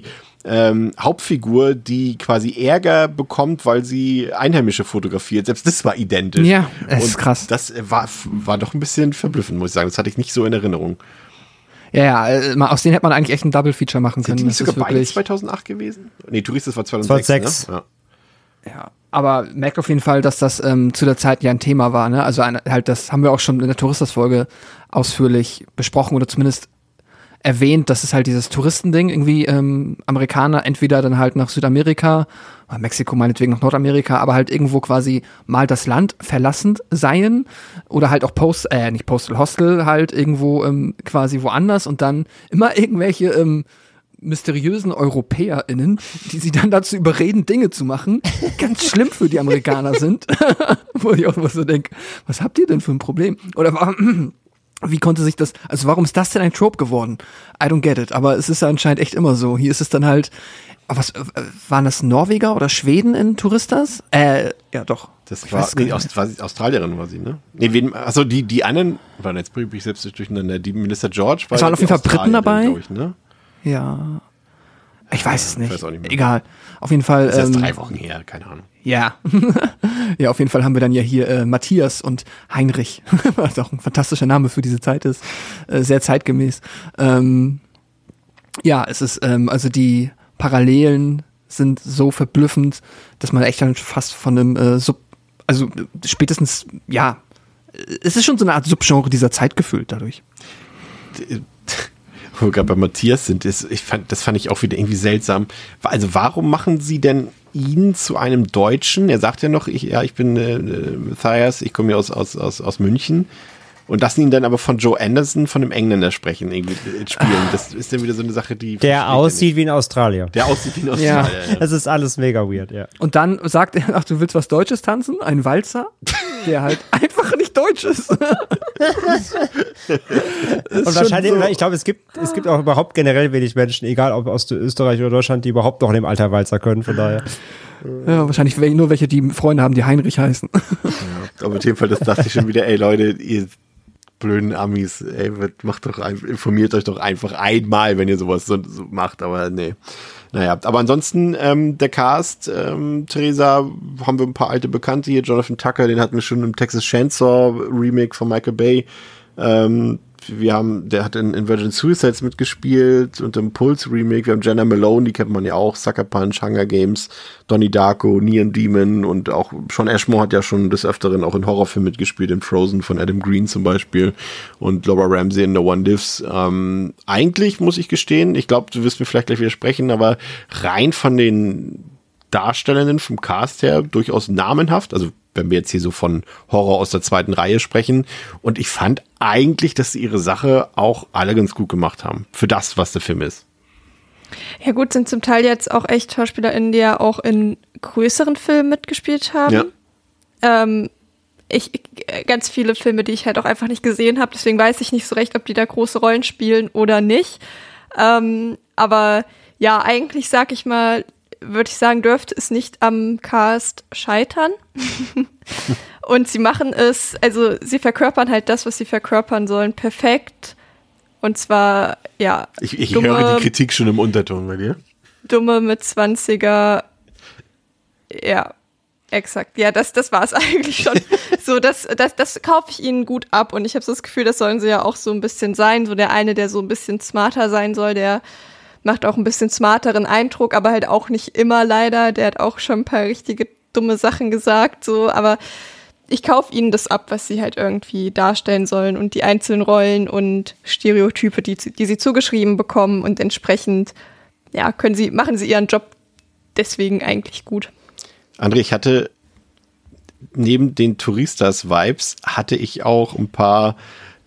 Hauptfigur, die quasi Ärger bekommt, weil sie Einheimische fotografiert. Selbst das war identisch. Ja, das ist krass. Das war doch ein bisschen verblüffend, muss ich sagen. Das hatte ich nicht so in Erinnerung. Ja, aus denen hätte man eigentlich echt ein Double-Feature machen können. Sind die nicht sogar beide 2008 gewesen? Nee, Touristas war 2006. 2006. Ne? Ja, aber merkt auf jeden Fall, dass das zu der Zeit ja ein Thema war. Ne? Also halt, das haben wir auch schon in der Touristas-Folge ausführlich besprochen oder zumindest erwähnt, dass es halt dieses Touristending irgendwie Amerikaner entweder dann halt nach Südamerika, Mexiko meinetwegen nach Nordamerika, aber halt irgendwo quasi mal das Land verlassend seien oder halt auch nicht Postal Hostel halt irgendwo quasi woanders und dann immer irgendwelche mysteriösen EuropäerInnen, die sie dann dazu überreden, Dinge zu machen, ganz schlimm für die Amerikaner sind. Wo ich auch immer so denke, was habt ihr denn für ein Problem? Oder wie konnte sich das, also warum ist das denn ein Trope geworden? I don't get it, aber es ist ja anscheinend echt immer so. Hier ist es dann halt, waren das Norweger oder Schweden in Touristas? Ja doch. Das war, Australierin war sie, ne? Nee, also die anderen, jetzt bringe ich mich selbst durcheinander, die Minister George war. Es waren auf jeden Fall Briten dabei. Ich, ne? Ja. Ich weiß es nicht. Weiß auch nicht mehr. Egal. Auf jeden Fall. Das ist erst 3 Wochen her, keine Ahnung. Ja. Ja, auf jeden Fall haben wir dann ja hier Matthias und Heinrich, was auch ein fantastischer Name für diese Zeit ist. Sehr zeitgemäß. Ja, es ist, also die Parallelen sind so verblüffend, dass man echt dann fast von einem also spätestens, ja, es ist schon so eine Art Subgenre dieser Zeit gefühlt dadurch. Wo wir gerade bei Matthias sind, das fand ich auch wieder irgendwie seltsam. Also warum machen sie denn ihn zu einem Deutschen? Er sagt ja noch, ich bin Matthias, ich komme hier aus München. Und lassen ihn dann aber von Joe Anderson, von einem Engländer spielen. Das ist dann wieder so eine Sache, die... Der aussieht wie ein Australier. Der aussieht wie ein Australier. Ja. Das ist alles mega weird, ja. Und dann sagt er, ach, du willst was Deutsches tanzen? Ein Walzer? Der halt einfach nicht deutsch ist. Und wahrscheinlich, so. Ich glaube, es gibt auch überhaupt generell wenig Menschen, egal ob aus Österreich oder Deutschland, die überhaupt noch in dem Alter Walzer können, von daher. Ja, wahrscheinlich nur welche, die Freunde haben, die Heinrich heißen. Ja, aber in dem Fall, das dachte ich schon wieder, ey Leute, ihr blöden Amis, ey, informiert euch doch einfach einmal, wenn ihr sowas so macht, aber nee. Naja, aber ansonsten der Cast, Theresa, haben wir ein paar alte Bekannte hier, Jonathan Tucker, den hatten wir schon im Texas Chainsaw Remake von Michael Bay, der hat in Virgin Suicides mitgespielt und im Pulse Remake. Wir haben Jenna Malone, die kennt man ja auch, Sucker Punch, Hunger Games, Donnie Darko, Neon Demon und auch Sean Ashmore hat ja schon des Öfteren auch in Horrorfilmen mitgespielt, in Frozen von Adam Green zum Beispiel und Laura Ramsey in No One Lives. Eigentlich muss ich gestehen, ich glaube, du wirst mir vielleicht gleich widersprechen, aber rein von den Darstellenden vom Cast her durchaus namenhaft, also wenn wir jetzt hier so von Horror aus der zweiten Reihe sprechen. Und ich fand eigentlich, dass sie ihre Sache auch alle ganz gut gemacht haben. Für das, was der Film ist. Ja gut, sind zum Teil jetzt auch echt SchauspielerInnen, die ja auch in größeren Filmen mitgespielt haben. Ja. Ganz viele Filme, die ich halt auch einfach nicht gesehen habe. Deswegen weiß ich nicht so recht, ob die da große Rollen spielen oder nicht. Aber ja, eigentlich würde ich sagen, dürfte es nicht am Cast scheitern. Und sie machen es, also sie verkörpern halt das, was sie verkörpern sollen, perfekt. Und zwar, ja. Ich höre die Kritik schon im Unterton bei dir. Dumme mit 20er. Ja, exakt. Ja, das war es eigentlich schon. So, das kaufe ich ihnen gut ab. Und ich habe so das Gefühl, das sollen sie ja auch so ein bisschen sein. So der eine, der so ein bisschen smarter sein soll, der macht auch ein bisschen smarteren Eindruck, aber halt auch nicht immer leider. Der hat auch schon ein paar richtige dumme Sachen gesagt, so, aber ich kaufe ihnen das ab, was sie halt irgendwie darstellen sollen und die einzelnen Rollen und Stereotype, die sie zugeschrieben bekommen und entsprechend, ja, machen sie ihren Job deswegen eigentlich gut. André, ich hatte neben den Touristas-Vibes hatte ich auch ein paar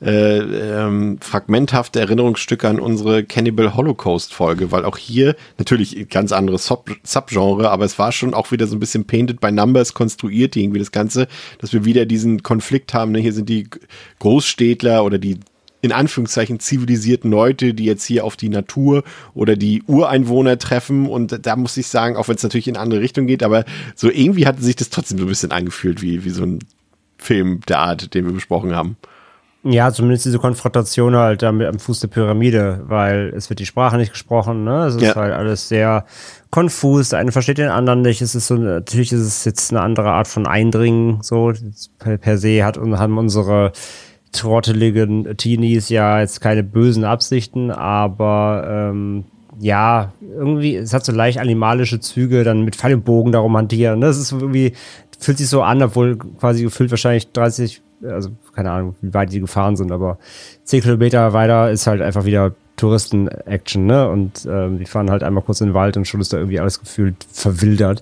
fragmenthafte Erinnerungsstücke an unsere Cannibal Holocaust-Folge, weil auch hier natürlich ganz anderes Subgenre, aber es war schon auch wieder so ein bisschen painted by numbers konstruiert, irgendwie das Ganze, dass wir wieder diesen Konflikt haben, ne? Hier sind die Großstädtler oder die in Anführungszeichen zivilisierten Leute, die jetzt hier auf die Natur oder die Ureinwohner treffen und da muss ich sagen, auch wenn es natürlich in eine andere Richtung geht, aber so irgendwie hatte sich das trotzdem so ein bisschen angefühlt wie so ein Film der Art, den wir besprochen haben. Ja, zumindest diese Konfrontation halt damit am Fuß der Pyramide, weil es wird die Sprache nicht gesprochen, ne? Es ist halt alles sehr konfus, der eine versteht den anderen nicht. Es ist so, natürlich ist es jetzt eine andere Art von Eindringen, so per se haben unsere trotteligen Teenies ja jetzt keine bösen Absichten, aber ja, irgendwie, es hat so leicht animalische Züge, dann mit Pfeil und Bogen darum hantieren. Das ist irgendwie, fühlt sich so an, obwohl quasi gefühlt wahrscheinlich 30, also keine Ahnung, wie weit die gefahren sind, aber 10 Kilometer weiter ist halt einfach wieder Touristen-Action, ne? Und die fahren halt einmal kurz in den Wald und schon ist da irgendwie alles gefühlt verwildert.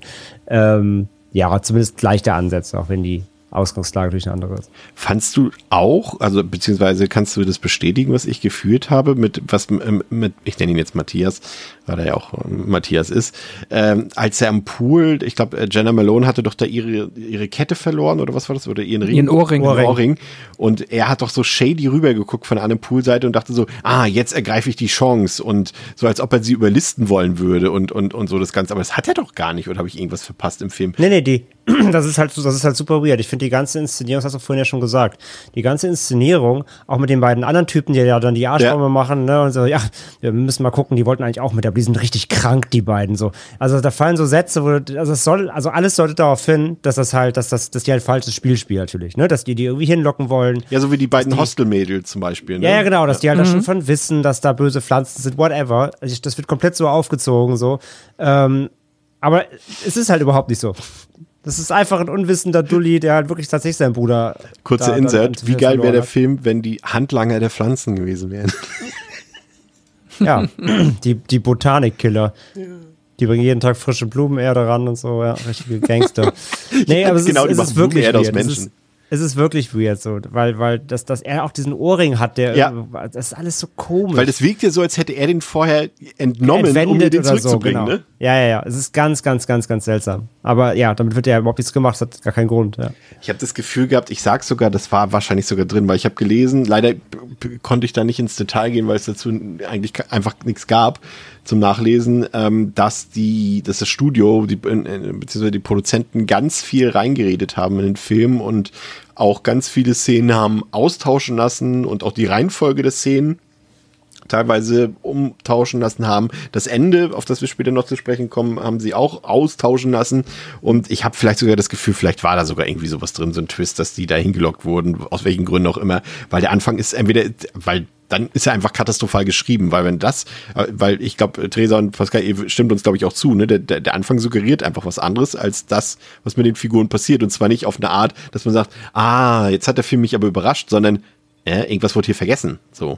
Ja, zumindest leichte Ansätze, auch wenn die Ausgangslage durch eine andere ist. Fandst du auch, also beziehungsweise kannst du das bestätigen, was ich gefühlt habe, mit ich nenne ihn jetzt Matthias, weil er ja auch Matthias ist, als er am Pool, ich glaube, Jenna Malone hatte doch da ihre Kette verloren oder was war das? Oder ihren Ring? Ihren Ohrring. Und er hat doch so shady rübergeguckt von einer Poolseite und dachte so, jetzt ergreife ich die Chance und so, als ob er sie überlisten wollen würde und so das Ganze. Aber das hat er doch gar nicht, oder habe ich irgendwas verpasst im Film? Nee, das ist halt super weird. Ich finde die ganze Inszenierung, das hast du vorhin ja schon gesagt, die ganze Inszenierung, auch mit den beiden anderen Typen, die ja dann die Arschbäume machen, ne, und so, ja, wir müssen mal gucken, die wollten eigentlich auch mit, aber die sind richtig krank, die beiden, so. Also da fallen so Sätze, also alles sollte darauf hin, dass die halt falsches Spiel spielen, natürlich, ne, dass die irgendwie hinlocken wollen. Ja, so wie die beiden Hostel-Mädels zum Beispiel, ne? Ja, genau, dass die halt da schon von wissen, dass da böse Pflanzen sind, whatever. Also das wird komplett so aufgezogen, so. Aber es ist halt überhaupt nicht so. Das ist einfach ein unwissender Dulli, der halt wirklich tatsächlich sein Bruder. Kurzer Insert, wie geil wäre der Film, wenn die Handlanger der Pflanzen gewesen wären? Ja, die Botanikkiller. Ja. Die bringen jeden Tag frische Blumenerde ran und so, ja, richtige Gangster. Nee, aber es ist wirklich weird. Es ist wirklich weird so, weil dass er auch diesen Ohrring hat, das ist alles so komisch. Weil das wirkt ja so, als hätte er den vorher entnommen, um den zurückzubringen, so, genau. Ne? Ja, es ist ganz, ganz, ganz, ganz seltsam. Aber ja, damit wird ja überhaupt nichts gemacht, das hat gar keinen Grund. Ja. Ich habe das Gefühl gehabt, ich sag sogar, das war wahrscheinlich sogar drin, weil ich habe gelesen, leider konnte ich da nicht ins Detail gehen, weil es dazu eigentlich einfach nichts gab zum Nachlesen, dass das Studio, beziehungsweise die Produzenten ganz viel reingeredet haben in den Film und auch ganz viele Szenen haben austauschen lassen und auch die Reihenfolge der Szenen teilweise umtauschen lassen haben. Das Ende, auf das wir später noch zu sprechen kommen, haben sie auch austauschen lassen. Und ich habe vielleicht sogar das Gefühl, vielleicht war da sogar irgendwie sowas drin, so ein Twist, dass die da hingelockt wurden, aus welchen Gründen auch immer. Weil der Anfang ist weil dann ist er einfach katastrophal geschrieben, weil ich glaube, Theresa und Pascal, ihr stimmt uns, glaube ich, auch zu, ne? Der Anfang suggeriert einfach was anderes als das, was mit den Figuren passiert. Und zwar nicht auf eine Art, dass man sagt, jetzt hat der Film mich aber überrascht, sondern irgendwas wurde hier vergessen. So.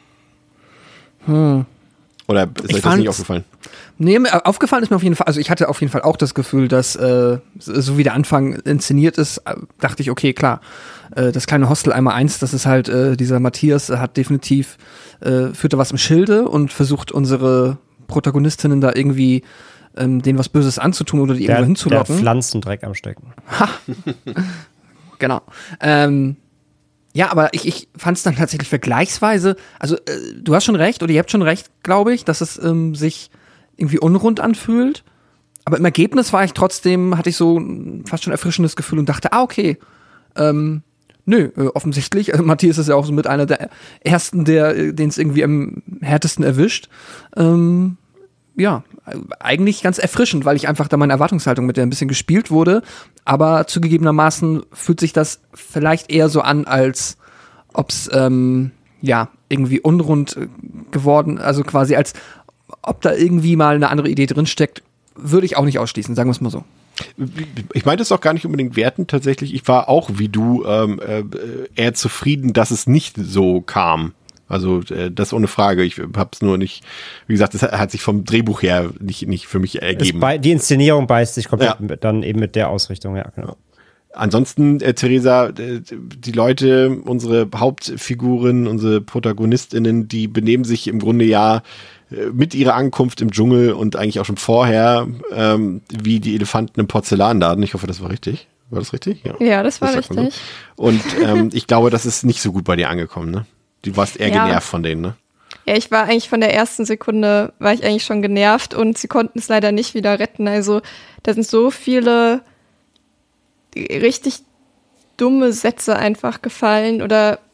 Oder ist euch das nicht aufgefallen? Nee, aufgefallen ist mir auf jeden Fall, also ich hatte auf jeden Fall auch das Gefühl, dass so wie der Anfang inszeniert ist, dachte ich, okay, klar, das kleine Hostel einmal eins, das ist halt, dieser Matthias hat definitiv, führt da was im Schilde und versucht unsere Protagonistinnen da irgendwie denen was Böses anzutun oder die irgendwo hinzulocken. Der hat Pflanzendreck am Stecken. Ha! Genau. Ja, aber ich fand es dann tatsächlich vergleichsweise, also du hast schon recht, oder ihr habt schon recht, glaube ich, dass es sich irgendwie unrund anfühlt. Aber im Ergebnis hatte ich so fast schon erfrischendes Gefühl und dachte, okay, offensichtlich, also Matthias ist ja auch so mit einer der ersten, den es irgendwie am härtesten erwischt. Ja, eigentlich ganz erfrischend, weil ich einfach da meine Erwartungshaltung mit der ein bisschen gespielt wurde. Aber zugegebenermaßen fühlt sich das vielleicht eher so an, als ob es irgendwie unrund geworden, also quasi als ob da irgendwie mal eine andere Idee drinsteckt, würde ich auch nicht ausschließen, sagen wir es mal so. Ich meinte es auch gar nicht unbedingt wertend tatsächlich. Ich war auch wie du eher zufrieden, dass es nicht so kam. Also das ohne Frage. Ich habe es nur nicht, wie gesagt, das hat sich vom Drehbuch her nicht für mich ergeben. Die Inszenierung beißt sich komplett dann eben mit der Ausrichtung, ja, genau. Ansonsten, Theresa, die Leute, unsere Hauptfiguren, unsere ProtagonistInnen, die benehmen sich im Grunde mit ihrer Ankunft im Dschungel und eigentlich auch schon vorher wie die Elefanten im Porzellanladen. Ich hoffe, das war richtig. War das richtig? Ja, das war richtig. So. Und ich glaube, das ist nicht so gut bei dir angekommen, ne? Du warst eher genervt von denen, ne? Ja, ich war eigentlich von der ersten Sekunde, war ich eigentlich schon genervt und sie konnten es leider nicht wieder retten. Also da sind so viele richtig dumme Sätze einfach gefallen oder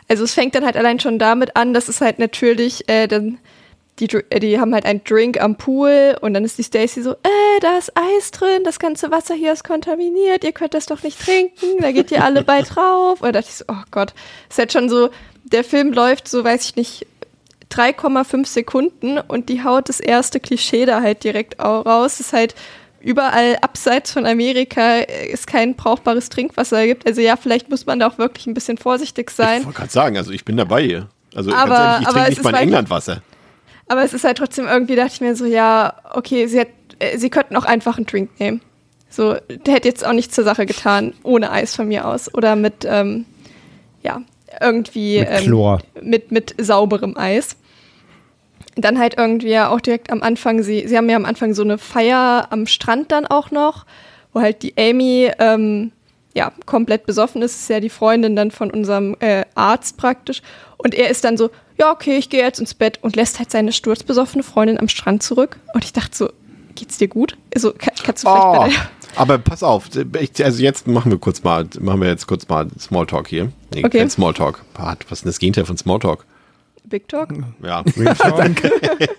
Also es fängt dann halt allein schon damit an, dass es halt natürlich dann die haben halt einen Drink am Pool und dann ist die Stacy so, da ist Eis drin, das ganze Wasser hier ist kontaminiert, ihr könnt das doch nicht trinken, da geht ihr alle bald drauf. Und da dachte ich so, oh Gott, ist halt schon so, der Film läuft so, weiß ich nicht, 3,5 Sekunden und die haut das erste Klischee da halt direkt auch raus. Das ist halt überall abseits von Amerika es kein brauchbares Trinkwasser gibt. Also ja, vielleicht muss man da auch wirklich ein bisschen vorsichtig sein. Ich wollte gerade sagen, also ich bin dabei hier. Also aber, ganz ehrlich, ich trinke nicht mal in halt, England Wasser. Aber es ist halt trotzdem irgendwie, dachte ich mir so, ja, okay, sie könnten auch einfach einen Drink nehmen. So, der hätte jetzt auch nichts zur Sache getan, ohne Eis von mir aus. Oder mit, irgendwie mit Chlor. Mit sauberem Eis. Dann halt irgendwie ja auch direkt am Anfang, sie haben ja am Anfang so eine Feier am Strand dann auch noch, wo halt die Amy komplett besoffen ist. Das ist ja die Freundin dann von unserem Arzt praktisch. Und er ist dann so, ja, okay, ich gehe jetzt ins Bett und lässt halt seine sturzbesoffene Freundin am Strand zurück. Und ich dachte so, geht's dir gut? Also, kannst du vielleicht bei der... Aber pass auf, also jetzt machen wir jetzt kurz mal Smalltalk hier. Nee, okay. Kein Smalltalk. Was ist denn das Gegenteil von Smalltalk? Big Talk? Ja. Danke.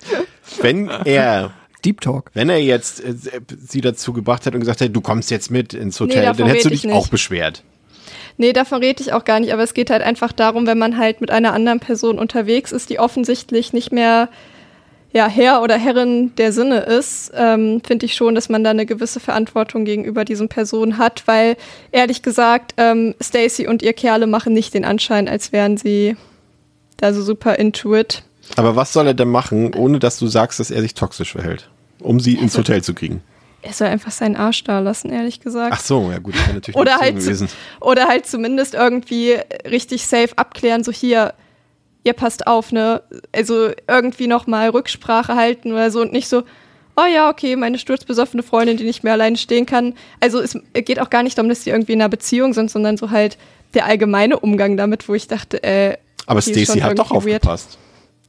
Deep Talk. Wenn er jetzt sie dazu gebracht hat und gesagt hat, du kommst jetzt mit ins Hotel, dann hättest du dich auch beschwert. Nee, davon rede ich auch gar nicht, aber es geht halt einfach darum, wenn man halt mit einer anderen Person unterwegs ist, die offensichtlich nicht mehr Herr oder Herrin der Sinne ist, finde ich schon, dass man da eine gewisse Verantwortung gegenüber diesen Personen hat, weil, ehrlich gesagt, Stacy und ihr Kerle machen nicht den Anschein, als wären sie da so super into it. Aber was soll er denn machen, ohne dass du sagst, dass er sich toxisch verhält, um sie ins Hotel zu kriegen? Er soll einfach seinen Arsch da lassen, ehrlich gesagt. Ach so, ja gut, das wäre natürlich oder nicht halt gewesen. Oder halt zumindest irgendwie richtig safe abklären, so hier, ihr passt auf, ne? Also irgendwie nochmal Rücksprache halten oder so und nicht so, oh ja, okay, meine sturzbesoffene Freundin, die nicht mehr alleine stehen kann. Also es geht auch gar nicht darum, dass die irgendwie in einer Beziehung sind, sondern so halt der allgemeine Umgang damit, wo ich dachte, aber Stacy hat doch aufgepasst.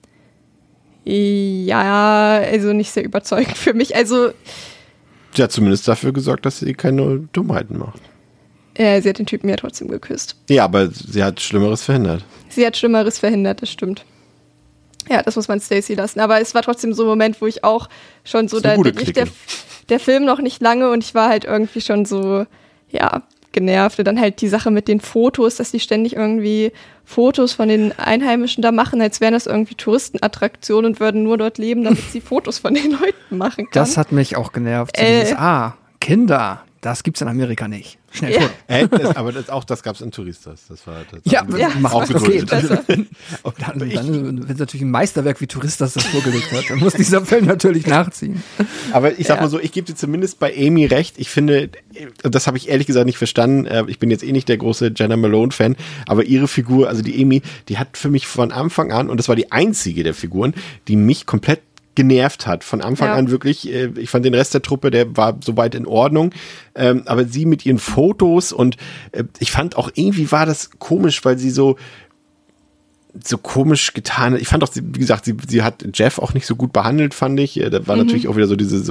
Ja, also nicht sehr überzeugend für mich. Also Sie hat zumindest dafür gesorgt, dass sie keine Dummheiten macht. Sie hat den Typen ja trotzdem geküsst. Ja, aber sie hat Schlimmeres verhindert. Sie hat Schlimmeres verhindert, das stimmt. Ja, das muss man Stacy lassen. Aber es war trotzdem so ein Moment, wo ich auch schon so, da lief der Film noch nicht lange und ich war halt irgendwie schon so, genervt. Und dann halt die Sache mit den Fotos, dass die ständig irgendwie Fotos von den Einheimischen da machen, als wären das irgendwie Touristenattraktionen und würden nur dort leben, damit sie Fotos von den Leuten machen kann. Das hat mich auch genervt. Kinder, das gibt's in Amerika nicht. Schnell vor. Aber das gab's in Touristas. Das macht auch okay. Dann Wenn es natürlich ein Meisterwerk wie Touristas das vorgelegt hat, dann muss dieser Film natürlich nachziehen. Aber ich sag mal so, ich gebe dir zumindest bei Amy recht. Ich finde, das habe ich ehrlich gesagt nicht verstanden. Ich bin jetzt nicht der große Jenna Malone-Fan, aber ihre Figur, also die Amy, die hat für mich von Anfang an, und das war die einzige der Figuren, die mich komplett genervt hat. Von Anfang an wirklich, ich fand den Rest der Truppe, der war soweit in Ordnung, aber sie mit ihren Fotos und ich fand auch irgendwie war das komisch, weil sie so komisch getan hat. Ich fand auch, wie gesagt, sie hat Jeff auch nicht so gut behandelt, fand ich. Da war natürlich auch wieder diese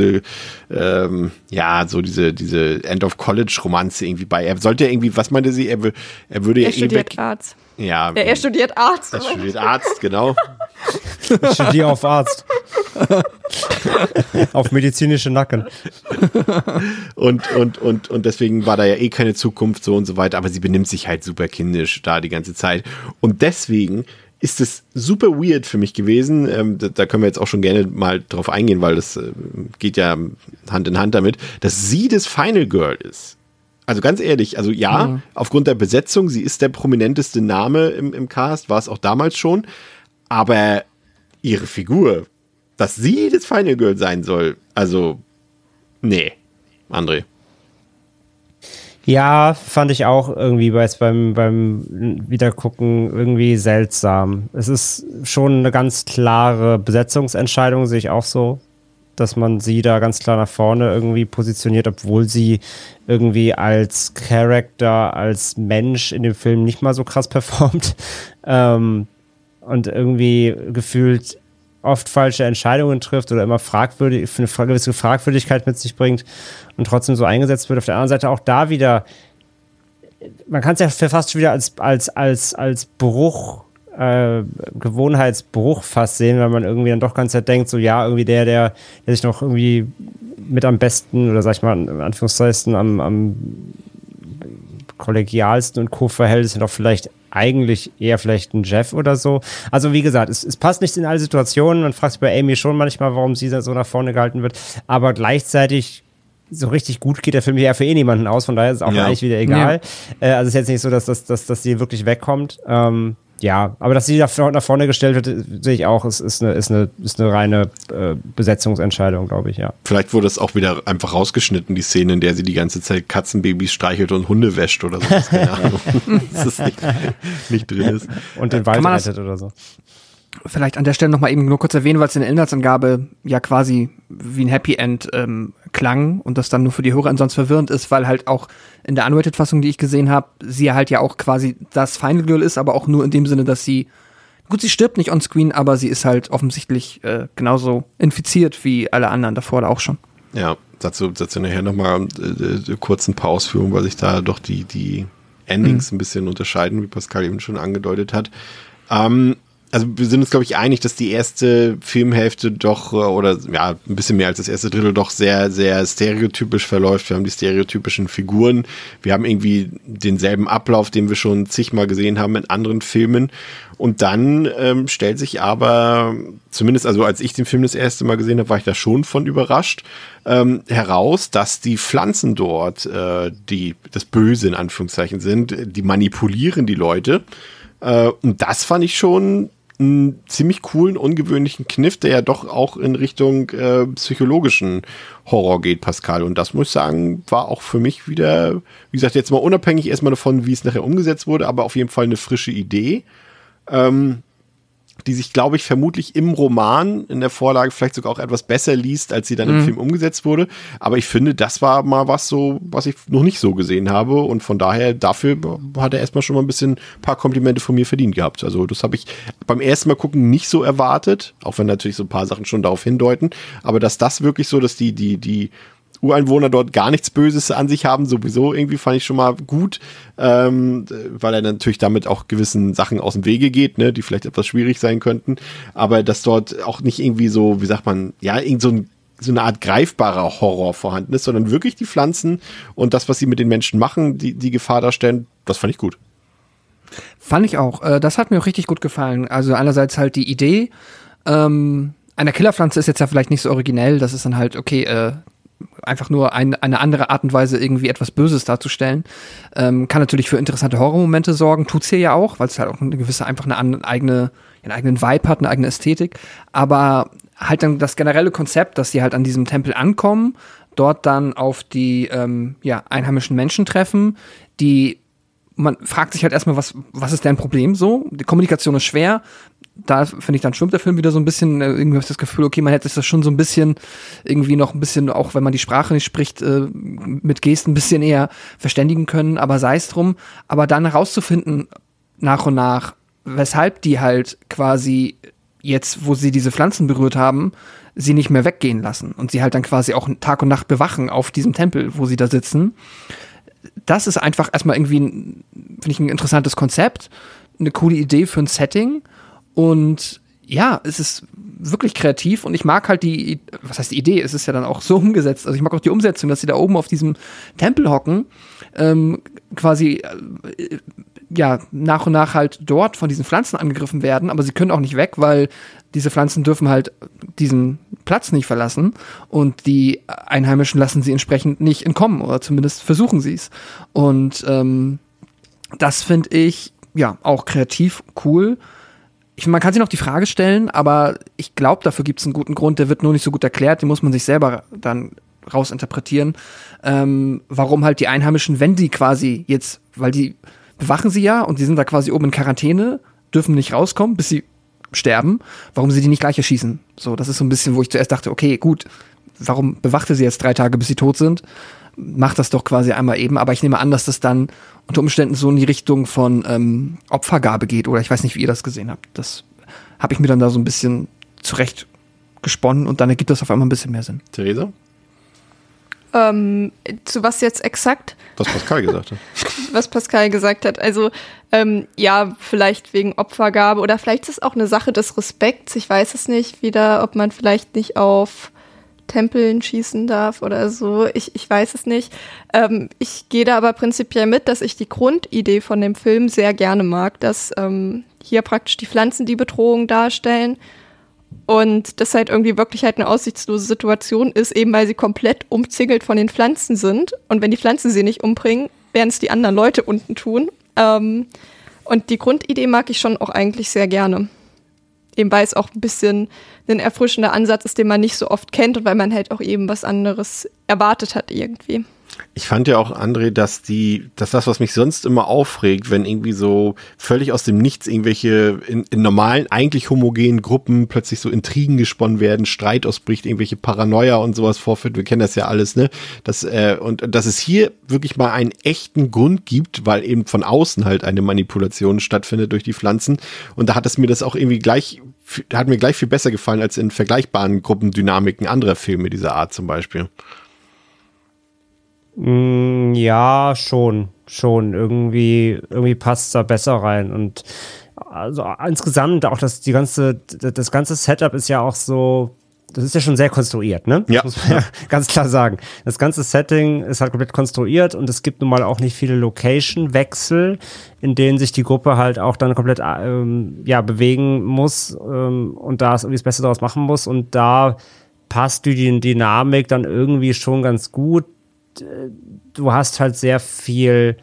End-of-College-Romanze irgendwie bei. Er sollte ja irgendwie, was meinte sie? Er würde ja studiert Arzt. Ja. Er studiert Arzt. Er studiert Arzt, genau. Ich studiere auf Arzt. Auf medizinische Nacken. Und deswegen war da ja keine Zukunft so und so weiter, aber sie benimmt sich halt super kindisch da die ganze Zeit. Und deswegen ist es super weird für mich gewesen, da können wir jetzt auch schon gerne mal drauf eingehen, weil das geht ja Hand in Hand damit, dass sie das Final Girl ist. Also ganz ehrlich, aufgrund der Besetzung, sie ist der prominenteste Name im Cast, war es auch damals schon, aber ihre Figur, dass sie das Final Girl sein soll, also, nee, André. Ja, fand ich auch irgendwie beim Wiedergucken irgendwie seltsam. Es ist schon eine ganz klare Besetzungsentscheidung, sehe ich auch so, dass man sie da ganz klar nach vorne irgendwie positioniert, obwohl sie irgendwie als Charakter, als Mensch in dem Film nicht mal so krass performt und irgendwie gefühlt oft falsche Entscheidungen trifft oder immer eine gewisse Fragwürdigkeit mit sich bringt und trotzdem so eingesetzt wird. Auf der anderen Seite auch da wieder, man kann es ja fast wieder als Bruch, Gewohnheitsbruch fast sehen, weil man irgendwie dann doch ganz Zeit denkt, so ja, irgendwie der sich noch irgendwie mit am besten oder sag ich mal in Anführungszeichen am kollegialsten und co-verhält, ist ja doch vielleicht eigentlich eher vielleicht ein Jeff oder so. Also wie gesagt, es passt nicht in alle Situationen. Man fragt sich bei Amy schon manchmal, warum sie so nach vorne gehalten wird, aber gleichzeitig so richtig gut geht der Film hier für niemanden aus, von daher ist es auch eigentlich wieder egal. Ja. Also es ist jetzt nicht so, dass sie wirklich wegkommt. Ja, aber dass sie da nach vorne gestellt wird, sehe ich auch, ist eine reine Besetzungsentscheidung, glaube ich, ja. Vielleicht wurde es auch wieder einfach rausgeschnitten, die Szene, in der sie die ganze Zeit Katzenbabys streichelt und Hunde wäscht oder so. Keine Ahnung. Dass das nicht drin ist. Und den Wald rettet oder so. Vielleicht an der Stelle nochmal eben nur kurz erwähnen, weil es in der Inhaltsangabe ja quasi wie ein Happy End klang und das dann nur für die Hörer ansonsten verwirrend ist, weil halt auch in der Unrated-Fassung, die ich gesehen habe, sie halt ja auch quasi das Final Girl ist, aber auch nur in dem Sinne, dass sie stirbt nicht on-screen, aber sie ist halt offensichtlich genauso infiziert wie alle anderen davor oder auch schon. Ja, dazu nachher nochmal kurz ein paar Ausführungen, weil sich da doch die Endings ein bisschen unterscheiden, wie Pascal eben schon angedeutet hat. Also wir sind uns, glaube ich, einig, dass die erste Filmhälfte doch, oder ja, ein bisschen mehr als das erste Drittel doch sehr, sehr stereotypisch verläuft. Wir haben die stereotypischen Figuren. Wir haben irgendwie denselben Ablauf, den wir schon zigmal gesehen haben in anderen Filmen. Und dann stellt sich aber, zumindest also als ich den Film das erste Mal gesehen habe, war ich da schon von überrascht, heraus, dass die Pflanzen dort das Böse in Anführungszeichen sind. Die manipulieren die Leute. Und das fand ich schon einen ziemlich coolen, ungewöhnlichen Kniff, der ja doch auch in Richtung psychologischen Horror geht, Pascal. Und das muss ich sagen, war auch für mich wieder, wie gesagt, jetzt mal unabhängig erstmal davon, wie es nachher umgesetzt wurde, aber auf jeden Fall eine frische Idee, die sich, glaube ich, vermutlich im Roman, in der Vorlage vielleicht sogar auch etwas besser liest, als sie dann im Film umgesetzt wurde. Aber ich finde, das war mal was ich noch nicht so gesehen habe. Und von daher, dafür hat er erstmal schon mal ein paar Komplimente von mir verdient gehabt. Also das habe ich beim ersten Mal gucken nicht so erwartet, auch wenn natürlich so ein paar Sachen schon darauf hindeuten. Aber dass das wirklich so, dass die Ureinwohner dort gar nichts Böses an sich haben, sowieso irgendwie fand ich schon mal gut, weil er natürlich damit auch gewissen Sachen aus dem Wege geht, ne, die vielleicht etwas schwierig sein könnten, aber dass dort auch nicht irgendwie so, wie sagt man, ja, irgend so eine Art greifbarer Horror vorhanden ist, sondern wirklich die Pflanzen und das, was sie mit den Menschen machen, die Gefahr darstellen, das fand ich gut. Fand ich auch. Das hat mir auch richtig gut gefallen. Also einerseits halt die Idee, einer Killerpflanze ist jetzt ja vielleicht nicht so originell, das ist dann halt, okay, einfach nur eine andere Art und Weise, irgendwie etwas Böses darzustellen. Kann natürlich für interessante Horrormomente sorgen, tut's hier ja auch, weil es halt auch eine gewisse, einfach einen eigenen Vibe hat, eine eigene Ästhetik. Aber halt dann das generelle Konzept, dass die halt an diesem Tempel ankommen, dort dann auf die einheimischen Menschen treffen, man fragt sich halt erstmal, was ist deren Problem so? Die Kommunikation ist schwer. Da finde ich, dann schwimmt der Film wieder so ein bisschen, irgendwie habe ich das Gefühl, okay, man hätte sich das schon so ein bisschen, irgendwie noch ein bisschen, auch wenn man die Sprache nicht spricht, mit Gesten ein bisschen eher verständigen können, aber sei es drum. Aber dann herauszufinden, nach und nach, weshalb die halt quasi jetzt, wo sie diese Pflanzen berührt haben, sie nicht mehr weggehen lassen und sie halt dann quasi auch Tag und Nacht bewachen auf diesem Tempel, wo sie da sitzen. Das ist einfach erstmal irgendwie, finde ich, ein interessantes Konzept, eine coole Idee für ein Setting. Und ja, es ist wirklich kreativ und ich mag halt die Idee, es ist ja dann auch so umgesetzt, also ich mag auch die Umsetzung, dass sie da oben auf diesem Tempel hocken, quasi nach und nach halt dort von diesen Pflanzen angegriffen werden, aber sie können auch nicht weg, weil diese Pflanzen dürfen halt diesen Platz nicht verlassen und die Einheimischen lassen sie entsprechend nicht entkommen oder zumindest versuchen sie es. Und das finde ich ja auch kreativ cool. Man kann sich noch die Frage stellen, aber ich glaube, dafür gibt es einen guten Grund, der wird nur nicht so gut erklärt, den muss man sich selber dann rausinterpretieren, warum halt die Einheimischen, wenn die quasi jetzt, weil die bewachen sie ja und die sind da quasi oben in Quarantäne, dürfen nicht rauskommen, bis sie sterben, warum sie die nicht gleich erschießen. So, das ist so ein bisschen, wo ich zuerst dachte, okay, gut, warum bewacht ihr sie jetzt 3 Tage, bis sie tot sind? Macht das doch quasi einmal eben, aber ich nehme an, dass das dann unter Umständen so in die Richtung von Opfergabe geht, oder ich weiß nicht, wie ihr das gesehen habt. Das habe ich mir dann da so ein bisschen zurecht gesponnen und dann ergibt das auf einmal ein bisschen mehr Sinn. Theresa? Zu was jetzt exakt? Was Pascal gesagt hat. Was Pascal gesagt hat. Also, ja, vielleicht wegen Opfergabe oder vielleicht ist es auch eine Sache des Respekts. Ich weiß es nicht wieder, ob man vielleicht nicht auf Tempeln schießen darf oder so. Ich weiß es nicht. Ich gehe da aber prinzipiell mit, dass ich die Grundidee von dem Film sehr gerne mag, dass hier praktisch die Pflanzen die Bedrohung darstellen. Und das halt irgendwie wirklich halt eine aussichtslose Situation ist, eben weil sie komplett umzingelt von den Pflanzen sind. Und wenn die Pflanzen sie nicht umbringen, werden es die anderen Leute unten tun. Und die Grundidee mag ich schon auch eigentlich sehr gerne. Eben weil es auch ein bisschen ein erfrischender Ansatz ist, den man nicht so oft kennt und weil man halt auch eben was anderes erwartet hat irgendwie. Ich fand ja auch, André, dass das, was mich sonst immer aufregt, wenn irgendwie so völlig aus dem Nichts irgendwelche in normalen, eigentlich homogenen Gruppen plötzlich so Intrigen gesponnen werden, Streit ausbricht, irgendwelche Paranoia und sowas vorführt, wir kennen das ja alles, ne? Und dass es hier wirklich mal einen echten Grund gibt, weil eben von außen halt eine Manipulation stattfindet durch die Pflanzen. Und da hat es mir das auch irgendwie hat mir gleich viel besser gefallen als in vergleichbaren Gruppendynamiken anderer Filme dieser Art zum Beispiel. Ja, schon. Irgendwie passt da besser rein. Und also insgesamt auch das ganze Setup ist ja auch so, das ist ja schon sehr konstruiert, ne? Ja. Das muss man ja ganz klar sagen. Das ganze Setting ist halt komplett konstruiert und es gibt nun mal auch nicht viele Location-Wechsel, in denen sich die Gruppe halt auch dann komplett bewegen muss und da es irgendwie das Beste daraus machen muss. Und da passt die Dynamik dann irgendwie schon ganz gut. Du hast halt sehr viel,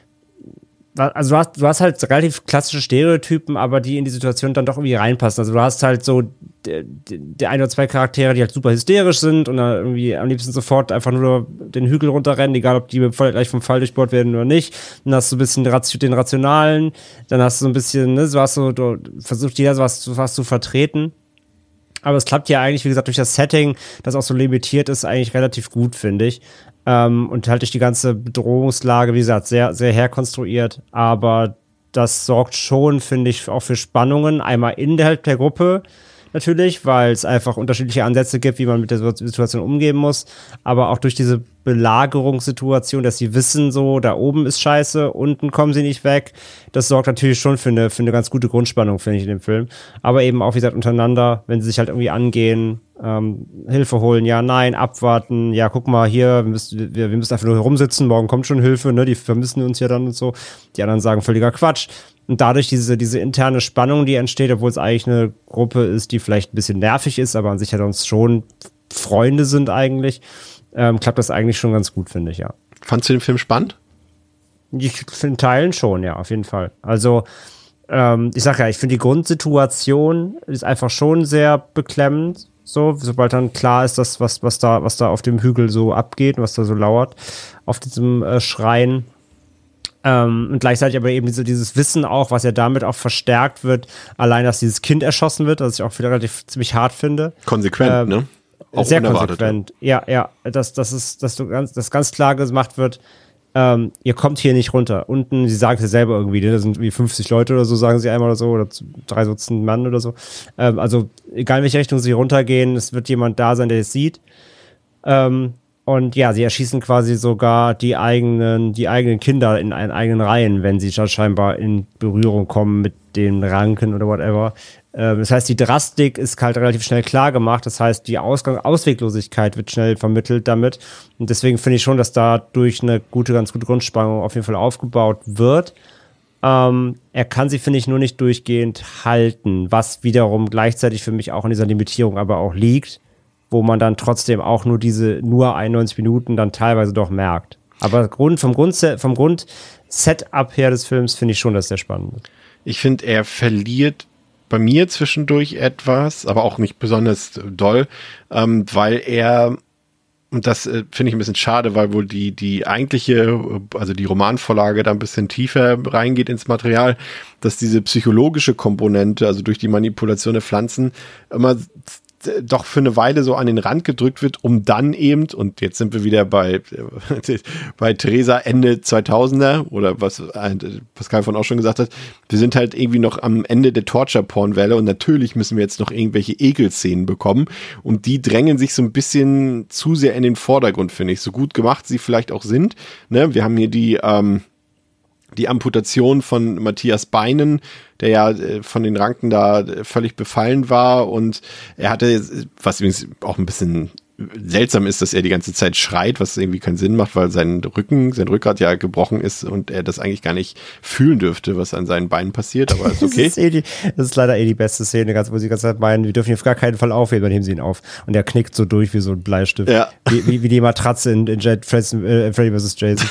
also du hast halt relativ klassische Stereotypen, aber die in die Situation dann doch irgendwie reinpassen. Also du hast halt so die ein oder zwei Charaktere, die halt super hysterisch sind und dann irgendwie am liebsten sofort einfach nur den Hügel runterrennen, egal ob die gleich vom Fall durchbohrt werden oder nicht. Dann hast du ein bisschen den Rationalen, dann hast du so ein bisschen, ne, du versuchst jeder was zu vertreten. Aber es klappt ja eigentlich, wie gesagt, durch das Setting, das auch so limitiert ist, eigentlich relativ gut, finde ich. Und halt durch die ganze Bedrohungslage, wie gesagt, sehr, sehr herkonstruiert. Aber das sorgt schon, finde ich, auch für Spannungen. Einmal innerhalb der Gruppe natürlich, weil es einfach unterschiedliche Ansätze gibt, wie man mit der Situation umgehen muss. Aber auch durch diese Belagerungssituation, dass sie wissen, so, da oben ist scheiße, unten kommen sie nicht weg. Das sorgt natürlich schon für eine ganz gute Grundspannung, finde ich, in dem Film. Aber eben auch, wie gesagt, untereinander, wenn sie sich halt irgendwie angehen, Hilfe holen, ja, nein, abwarten, ja, guck mal hier, wir müssen einfach nur hier rumsitzen, morgen kommt schon Hilfe, ne, die vermissen uns ja dann und so. Die anderen sagen völliger Quatsch. Und dadurch diese interne Spannung, die entsteht, obwohl es eigentlich eine Gruppe ist, die vielleicht ein bisschen nervig ist, aber an sich ja sonst schon Freunde sind eigentlich, klappt das eigentlich schon ganz gut, finde ich, ja. Fandst du den Film spannend? Ich finde Teilen schon, ja, auf jeden Fall. Also, ich sag ja, ich finde die Grundsituation ist einfach schon sehr beklemmend, so, sobald dann klar ist, dass was da auf dem Hügel so abgeht, was da so lauert, auf diesem Schrein. Und gleichzeitig aber eben dieses Wissen auch, was ja damit auch verstärkt wird, allein, dass dieses Kind erschossen wird, was ich auch relativ ziemlich hart finde. Konsequent, ne? Auch sehr konsequent. Ja, dass ganz klar gemacht wird, ihr kommt hier nicht runter. Unten, sie sagen es ja selber irgendwie, da sind wie 50 Leute oder so, sagen sie einmal oder so, oder 3 Dutzend Mann oder so. Also, egal in welche Richtung sie runtergehen, es wird jemand da sein, der es sieht. Und ja, sie erschießen quasi sogar die eigenen Kinder in einen eigenen Reihen, wenn sie scheinbar in Berührung kommen mit den Ranken oder whatever. Das heißt, die Drastik ist halt relativ schnell klar gemacht. Das heißt, die Ausweglosigkeit wird schnell vermittelt damit. Und deswegen finde ich schon, dass dadurch eine ganz gute Grundspannung auf jeden Fall aufgebaut wird. Er kann sie, finde ich, nur nicht durchgehend halten, was wiederum gleichzeitig für mich auch in dieser Limitierung aber auch liegt, wo man dann trotzdem auch nur 91 Minuten dann teilweise doch merkt. Aber vom Grund-Setup her des Films finde ich schon, dass der spannend ist. Ich finde, er verliert bei mir zwischendurch etwas, aber auch nicht besonders doll, weil er, und das finde ich ein bisschen schade, weil wohl die eigentliche, also die Romanvorlage da ein bisschen tiefer reingeht ins Material, dass diese psychologische Komponente, also durch die Manipulation der Pflanzen, immer doch für eine Weile so an den Rand gedrückt wird, um dann eben, und jetzt sind wir wieder bei Theresa Ende 2000er, oder was Pascal von auch schon gesagt hat, wir sind halt irgendwie noch am Ende der Torture-Porn-Welle und natürlich müssen wir jetzt noch irgendwelche Ekelszenen bekommen und die drängen sich so ein bisschen zu sehr in den Vordergrund, finde ich. So gut gemacht sie vielleicht auch sind. Ne? Wir haben hier die Amputation von Matthias Beinen, der ja von den Ranken da völlig befallen war und er hatte, was übrigens auch ein bisschen seltsam ist, dass er die ganze Zeit schreit, was irgendwie keinen Sinn macht, weil sein Rückgrat ja gebrochen ist und er das eigentlich gar nicht fühlen dürfte, was an seinen Beinen passiert, aber ist okay. Das ist leider die beste Szene, wo sie die ganze Zeit meinen, wir dürfen ihn auf gar keinen Fall aufheben, dann heben sie ihn auf. Und er knickt so durch wie so ein Bleistift. Ja. Wie die Matratze in Freddy vs. Jason.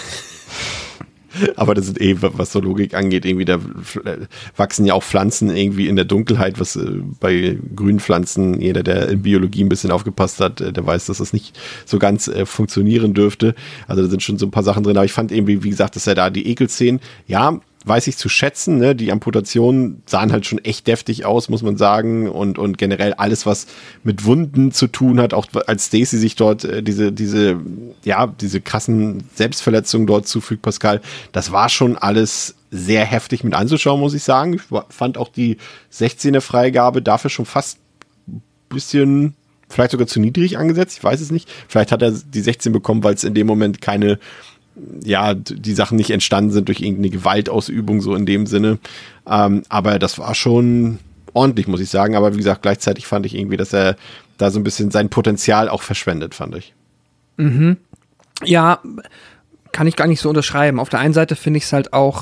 Aber das sind was so Logik angeht, irgendwie da wachsen ja auch Pflanzen irgendwie in der Dunkelheit, was bei grünen Pflanzen, jeder, der in Biologie ein bisschen aufgepasst hat, der weiß, dass das nicht so ganz funktionieren dürfte. Also da sind schon so ein paar Sachen drin, aber ich fand irgendwie, wie gesagt, dass er da die Ekelszenen, ja, weiß ich zu schätzen, ne? Die Amputationen sahen halt schon echt deftig aus, muss man sagen, und generell alles, was mit Wunden zu tun hat, auch als Stacey sich dort diese krassen Selbstverletzungen dort zufügt, Pascal, das war schon alles sehr heftig mit anzuschauen, muss ich sagen. Ich fand auch die 16er Freigabe dafür schon fast ein bisschen, vielleicht sogar zu niedrig angesetzt, ich weiß es nicht. Vielleicht hat er die 16 bekommen, weil es in dem Moment die Sachen nicht entstanden sind durch irgendeine Gewaltausübung, so in dem Sinne. Aber das war schon ordentlich, muss ich sagen. Aber wie gesagt, gleichzeitig fand ich irgendwie, dass er da so ein bisschen sein Potenzial auch verschwendet, fand ich. Mhm. Ja, kann ich gar nicht so unterschreiben. Auf der einen Seite finde ich es halt auch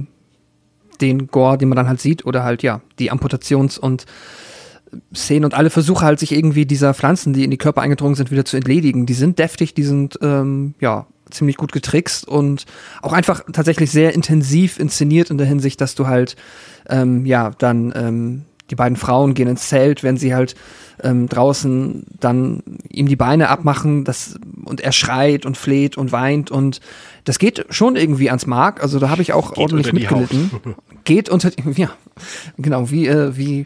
den Gore, den man dann halt sieht, oder halt, ja, die Amputations- und Szenen und alle Versuche halt, sich irgendwie dieser Pflanzen, die in die Körper eingedrungen sind, wieder zu entledigen. Die sind deftig, die sind, ziemlich gut getrickst und auch einfach tatsächlich sehr intensiv inszeniert in der Hinsicht, dass du halt, die beiden Frauen gehen ins Zelt, wenn sie halt draußen dann ihm die Beine abmachen, und er schreit und fleht und weint und das geht schon irgendwie ans Mark, also da habe ich auch ordentlich mitgelitten. Geht unter, ja, genau, wie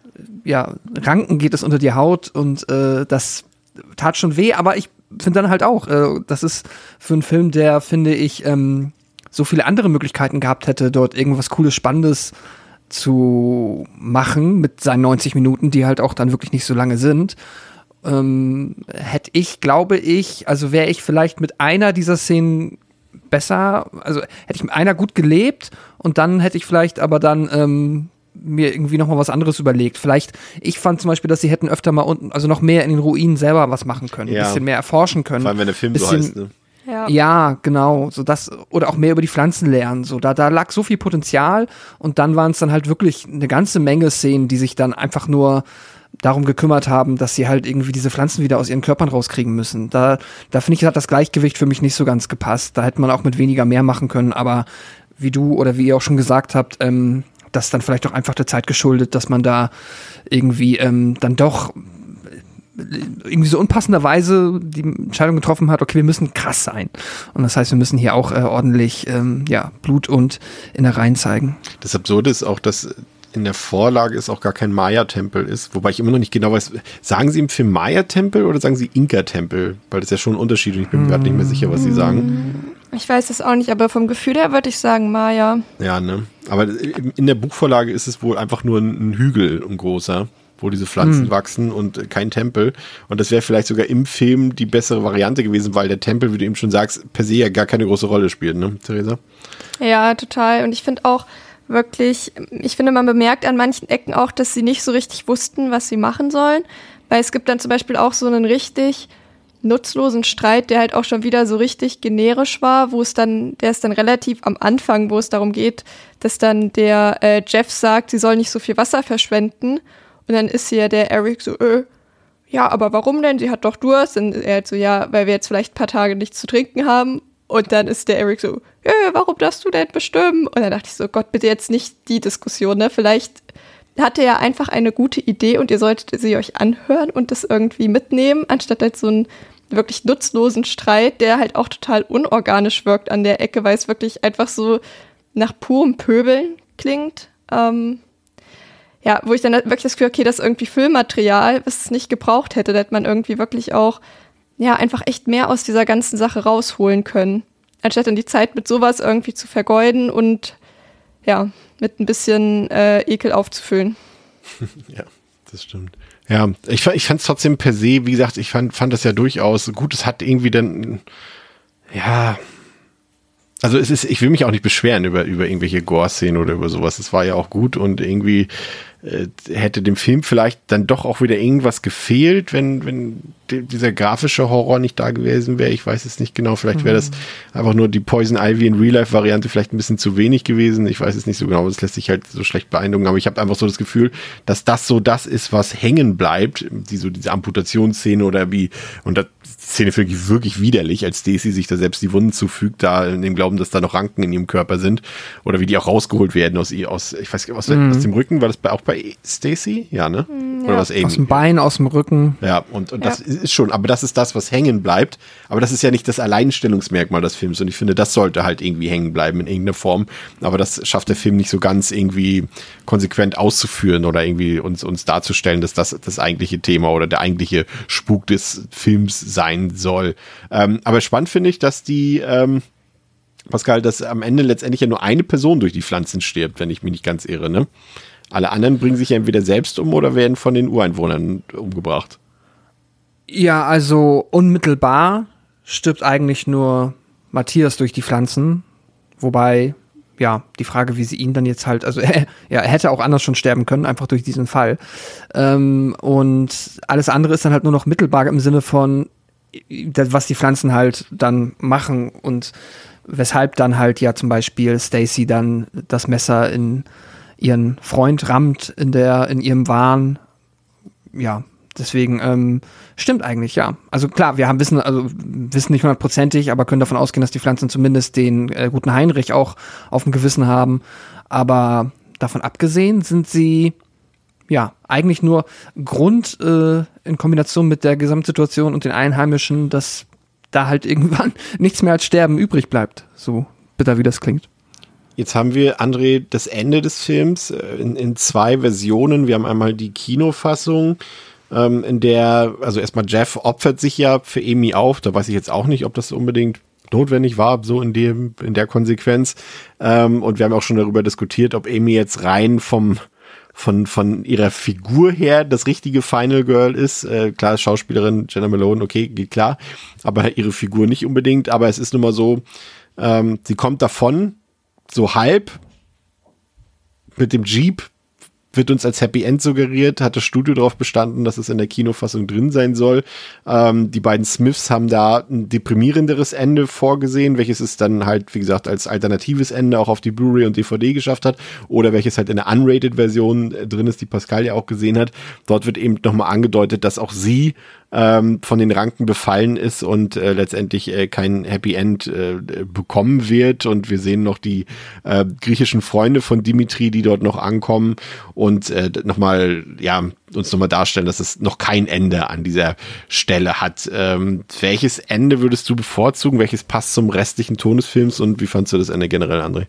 Ranken geht es unter die Haut und das tat schon weh, aber ich finde dann halt auch, das ist für einen Film, der, finde ich, so viele andere Möglichkeiten gehabt hätte, dort irgendwas Cooles, Spannendes zu machen mit seinen 90 Minuten, die halt auch dann wirklich nicht so lange sind, hätte ich, glaube ich, also wäre ich vielleicht mit einer dieser Szenen besser, also hätte ich mit einer gut gelebt und dann hätte ich vielleicht aber dann mir irgendwie noch mal was anderes überlegt. Vielleicht, ich fand zum Beispiel, dass sie hätten öfter mal unten, also noch mehr in den Ruinen selber was machen können, ein bisschen mehr erforschen können. Vor allem, wenn der Film so heißt, ne? Ja, genau, so das, oder auch mehr über die Pflanzen lernen, so, da lag so viel Potenzial und dann waren es dann halt wirklich eine ganze Menge Szenen, die sich dann einfach nur darum gekümmert haben, dass sie halt irgendwie diese Pflanzen wieder aus ihren Körpern rauskriegen müssen. Da finde ich, hat das Gleichgewicht für mich nicht so ganz gepasst. Da hätte man auch mit weniger mehr machen können, aber wie du oder wie ihr auch schon gesagt habt, das ist dann vielleicht auch einfach der Zeit geschuldet, dass man da irgendwie dann doch irgendwie so unpassenderweise die Entscheidung getroffen hat, okay, wir müssen krass sein. Und das heißt, wir müssen hier auch ordentlich Blut und Innereien zeigen. Das Absurde ist auch, dass in der Vorlage es auch gar kein Maya-Tempel ist, wobei ich immer noch nicht genau weiß, sagen sie im Film Maya-Tempel oder sagen sie Inka-Tempel? Weil das ist ja schon ein Unterschied und ich bin mir gerade nicht mehr sicher, was sie sagen. Ich weiß es auch nicht, aber vom Gefühl her würde ich sagen Maya. Ja, ne? Aber in der Buchvorlage ist es wohl einfach nur ein Hügel, ein großer, wo diese Pflanzen wachsen und kein Tempel. Und das wäre vielleicht sogar im Film die bessere Variante gewesen, weil der Tempel, wie du eben schon sagst, per se ja gar keine große Rolle spielt, ne, Theresa? Ja, total. Und ich finde auch wirklich, man bemerkt an manchen Ecken auch, dass sie nicht so richtig wussten, was sie machen sollen. Weil es gibt dann zum Beispiel auch so einen richtig nutzlosen Streit, der halt auch schon wieder so richtig generisch war, der ist dann relativ am Anfang, wo es darum geht, dass dann der Jeff sagt, sie soll nicht so viel Wasser verschwenden. Und dann ist hier der Eric so, ja, aber warum denn? Sie hat doch Durst. Und er halt so, ja, weil wir jetzt vielleicht ein paar Tage nichts zu trinken haben. Und dann ist der Eric so, ja, warum darfst du denn bestimmen? Und dann dachte ich so, Gott, bitte jetzt nicht die Diskussion, ne? Vielleicht hat er ja einfach eine gute Idee und ihr solltet sie euch anhören und das irgendwie mitnehmen, anstatt halt so einen wirklich nutzlosen Streit, der halt auch total unorganisch wirkt an der Ecke, weil es wirklich einfach so nach purem Pöbeln klingt. ja, wo ich dann wirklich das Gefühl, okay, das ist irgendwie Füllmaterial, was es nicht gebraucht hätte, da hätte man irgendwie wirklich auch, ja, einfach echt mehr aus dieser ganzen Sache rausholen können, anstatt dann die Zeit mit sowas irgendwie zu vergeuden und, ja, mit ein bisschen Ekel aufzufüllen. Ja, das stimmt. Ja, ich fand es trotzdem per se, wie gesagt, ich fand das ja durchaus gut. Es hat irgendwie dann, ja, also ich will mich auch nicht beschweren über irgendwelche Gore-Szenen oder über sowas. Es war ja auch gut und irgendwie hätte dem Film vielleicht dann doch auch wieder irgendwas gefehlt, wenn dieser grafische Horror nicht da gewesen wäre. Ich weiß es nicht genau. Vielleicht wäre das einfach nur die Poison Ivy in Real-Life-Variante vielleicht ein bisschen zu wenig gewesen. Ich weiß es nicht so genau. Das lässt sich halt so schlecht beeindrucken. Aber ich habe einfach so das Gefühl, dass das so das ist, was hängen bleibt. Diese Amputationsszene oder wie, und das Szene finde ich wirklich widerlich, als Stacy sich da selbst die Wunden zufügt, da in dem Glauben, dass da noch Ranken in ihrem Körper sind. Oder wie die auch rausgeholt werden aus dem Rücken. War das auch bei Stacy? Ja, ne? Oder was Amy? Aus dem Bein, aus dem Rücken. Ja, und das ist schon, aber das ist das, was hängen bleibt. Aber das ist ja nicht das Alleinstellungsmerkmal des Films. Und ich finde, das sollte halt irgendwie hängen bleiben in irgendeiner Form. Aber das schafft der Film nicht so ganz irgendwie konsequent auszuführen oder irgendwie uns darzustellen, dass das das eigentliche Thema oder der eigentliche Spuk des Films sein soll. Aber spannend finde ich, dass die Pascal, dass am Ende letztendlich ja nur eine Person durch die Pflanzen stirbt, wenn ich mich nicht ganz irre, ne? Alle anderen bringen sich ja entweder selbst um oder werden von den Ureinwohnern umgebracht. Ja, also unmittelbar stirbt eigentlich nur Matthias durch die Pflanzen. Wobei, ja, die Frage, wie sie ihn dann jetzt halt, also er hätte auch anders schon sterben können, einfach durch diesen Fall. Und alles andere ist dann halt nur noch mittelbar im Sinne von, was die Pflanzen halt dann machen und weshalb dann halt ja zum Beispiel Stacy dann das Messer in ihren Freund rammt in ihrem Wahn. Ja, deswegen stimmt eigentlich, ja. Also klar, wir wissen nicht 100%, aber können davon ausgehen, dass die Pflanzen zumindest den guten Heinrich auch auf dem Gewissen haben. Aber davon abgesehen sind sie ja eigentlich nur Grund in Kombination mit der Gesamtsituation und den Einheimischen, dass da halt irgendwann nichts mehr als Sterben übrig bleibt. So bitter, wie das klingt. Jetzt haben wir, André, das Ende des Films in zwei Versionen. Wir haben einmal die Kinofassung, in der, also erstmal Jeff opfert sich ja für Amy auf. Da weiß ich jetzt auch nicht, ob das unbedingt notwendig war, so in der Konsequenz. Und wir haben auch schon darüber diskutiert, ob Amy jetzt rein von ihrer Figur her das richtige Final Girl ist. Klar, Schauspielerin Jenna Malone, okay, geht klar. Aber ihre Figur nicht unbedingt. Aber es ist nun mal so, sie kommt davon, so halb, mit dem Jeep, wird uns als Happy End suggeriert, hat das Studio darauf bestanden, dass es in der Kinofassung drin sein soll. Die beiden Smiths haben da ein deprimierenderes Ende vorgesehen, welches es dann halt, wie gesagt, als alternatives Ende auch auf die Blu-ray und DVD geschafft hat oder welches halt in der Unrated-Version drin ist, die Pascal ja auch gesehen hat. Dort wird eben nochmal angedeutet, dass auch sie von den Ranken befallen ist und letztendlich kein Happy End bekommen wird. Und wir sehen noch die griechischen Freunde von Dimitri, die dort noch ankommen und uns nochmal darstellen, dass es noch kein Ende an dieser Stelle hat. Welches Ende würdest du bevorzugen? Welches passt zum restlichen Ton des Films und wie fandst du das Ende generell, André?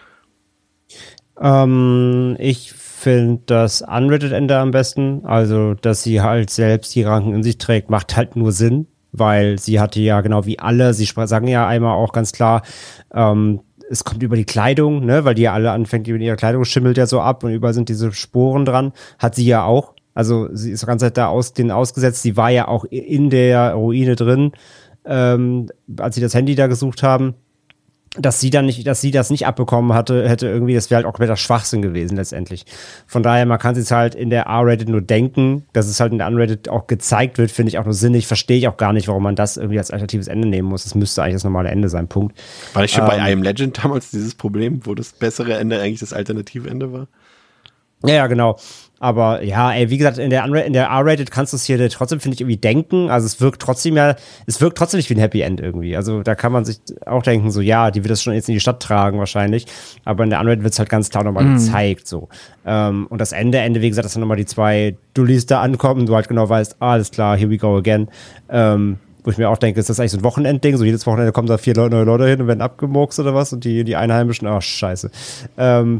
Ich finde das Unrated-Ende am besten. Also, dass sie halt selbst die Ranken in sich trägt, macht halt nur Sinn, weil sie hatte ja genau wie alle, sie sagen ja einmal auch ganz klar, es kommt über die Kleidung, ne, weil die ja alle anfängt, über ihre Kleidung schimmelt ja so ab und überall sind diese Sporen dran. Hat sie ja auch. Also, sie ist die ganze Zeit da ausgesetzt. Sie war ja auch in der Ruine drin, als sie das Handy da gesucht haben. Dass sie das nicht abbekommen hätte irgendwie, das wäre halt auch kompletter Schwachsinn gewesen letztendlich. Von daher, man kann es jetzt halt in der R-Rated nur denken, dass es halt in der Unrated auch gezeigt wird, finde ich auch nur sinnig. Verstehe ich auch gar nicht, warum man das irgendwie als alternatives Ende nehmen muss. Das müsste eigentlich das normale Ende sein, Punkt. War nicht schon bei I Am Legend damals dieses Problem, wo das bessere Ende eigentlich das alternative Ende war? Ja, genau. Aber ja, wie gesagt, in der R-Rated kannst du es hier trotzdem, finde ich, irgendwie denken. Also es wirkt trotzdem nicht wie ein Happy End irgendwie. Also da kann man sich auch denken, so ja, die wird das schon jetzt in die Stadt tragen wahrscheinlich. Aber in der R-Rated wird es halt ganz klar nochmal gezeigt. So. Und das Ende, wie gesagt, dass dann nochmal die zwei Dullis da ankommen, du halt genau weißt, alles klar, here we go again. Wo ich mir auch denke, ist das eigentlich so ein Wochenendding? So jedes Wochenende kommen da 4 neue Leute hin und werden abgemurkst oder was? Und die Einheimischen, scheiße.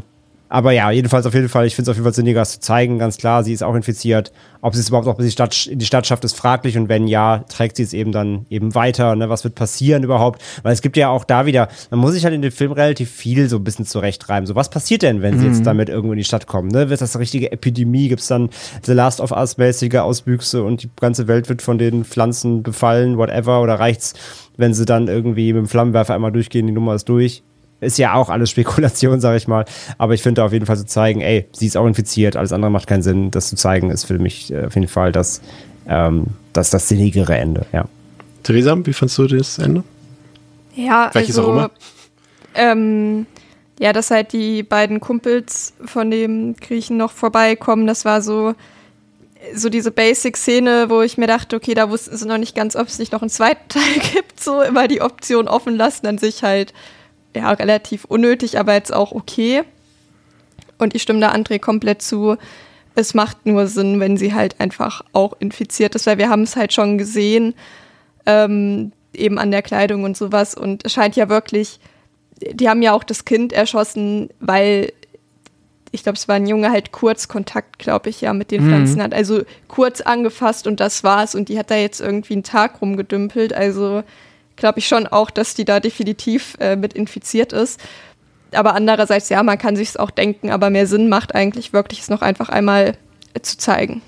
Aber ja, auf jeden Fall, ich finde es auf jeden Fall sinniger, es zu zeigen, ganz klar, sie ist auch infiziert. Ob sie es überhaupt auch in die Stadt schafft, ist fraglich und wenn ja, trägt sie es eben dann eben weiter, ne? Was wird passieren überhaupt? Weil es gibt ja auch da wieder, man muss sich halt in den Film relativ viel so ein bisschen zurechtreiben. So, was passiert denn, wenn sie jetzt damit irgendwo in die Stadt kommen? Ne? Wird das eine richtige Epidemie? Gibt es dann The Last of Us-mäßige Auswüchse und die ganze Welt wird von den Pflanzen befallen, whatever? Oder reicht's, wenn sie dann irgendwie mit dem Flammenwerfer einmal durchgehen, die Nummer ist durch? Ist ja auch alles Spekulation, sage ich mal. Aber ich finde auf jeden Fall zu zeigen, ey, sie ist auch infiziert, alles andere macht keinen Sinn. Das zu zeigen ist für mich auf jeden Fall das sinnigere Ende, ja. Theresa, wie fandst du das Ende? Ja, welches auch immer? Dass halt die beiden Kumpels von dem Griechen noch vorbeikommen, das war so diese Basic-Szene, wo ich mir dachte, okay, da wussten sie noch nicht ganz, ob es nicht noch einen zweiten Teil gibt, so immer die Option offen lassen, an sich halt ja, relativ unnötig, aber jetzt auch okay. Und ich stimme da André komplett zu. Es macht nur Sinn, wenn sie halt einfach auch infiziert ist, weil wir haben es halt schon gesehen, eben an der Kleidung und sowas. Und es scheint ja wirklich, die haben ja auch das Kind erschossen, weil, ich glaube, es war ein Junge, halt kurz Kontakt, glaube ich, ja, mit den Pflanzen hat. Also kurz angefasst und das war's. Und die hat da jetzt irgendwie einen Tag rumgedümpelt, also glaube ich schon auch, dass die da definitiv mit infiziert ist. Aber andererseits, ja, man kann sich es auch denken, aber mehr Sinn macht eigentlich wirklich, es noch einfach einmal zu zeigen.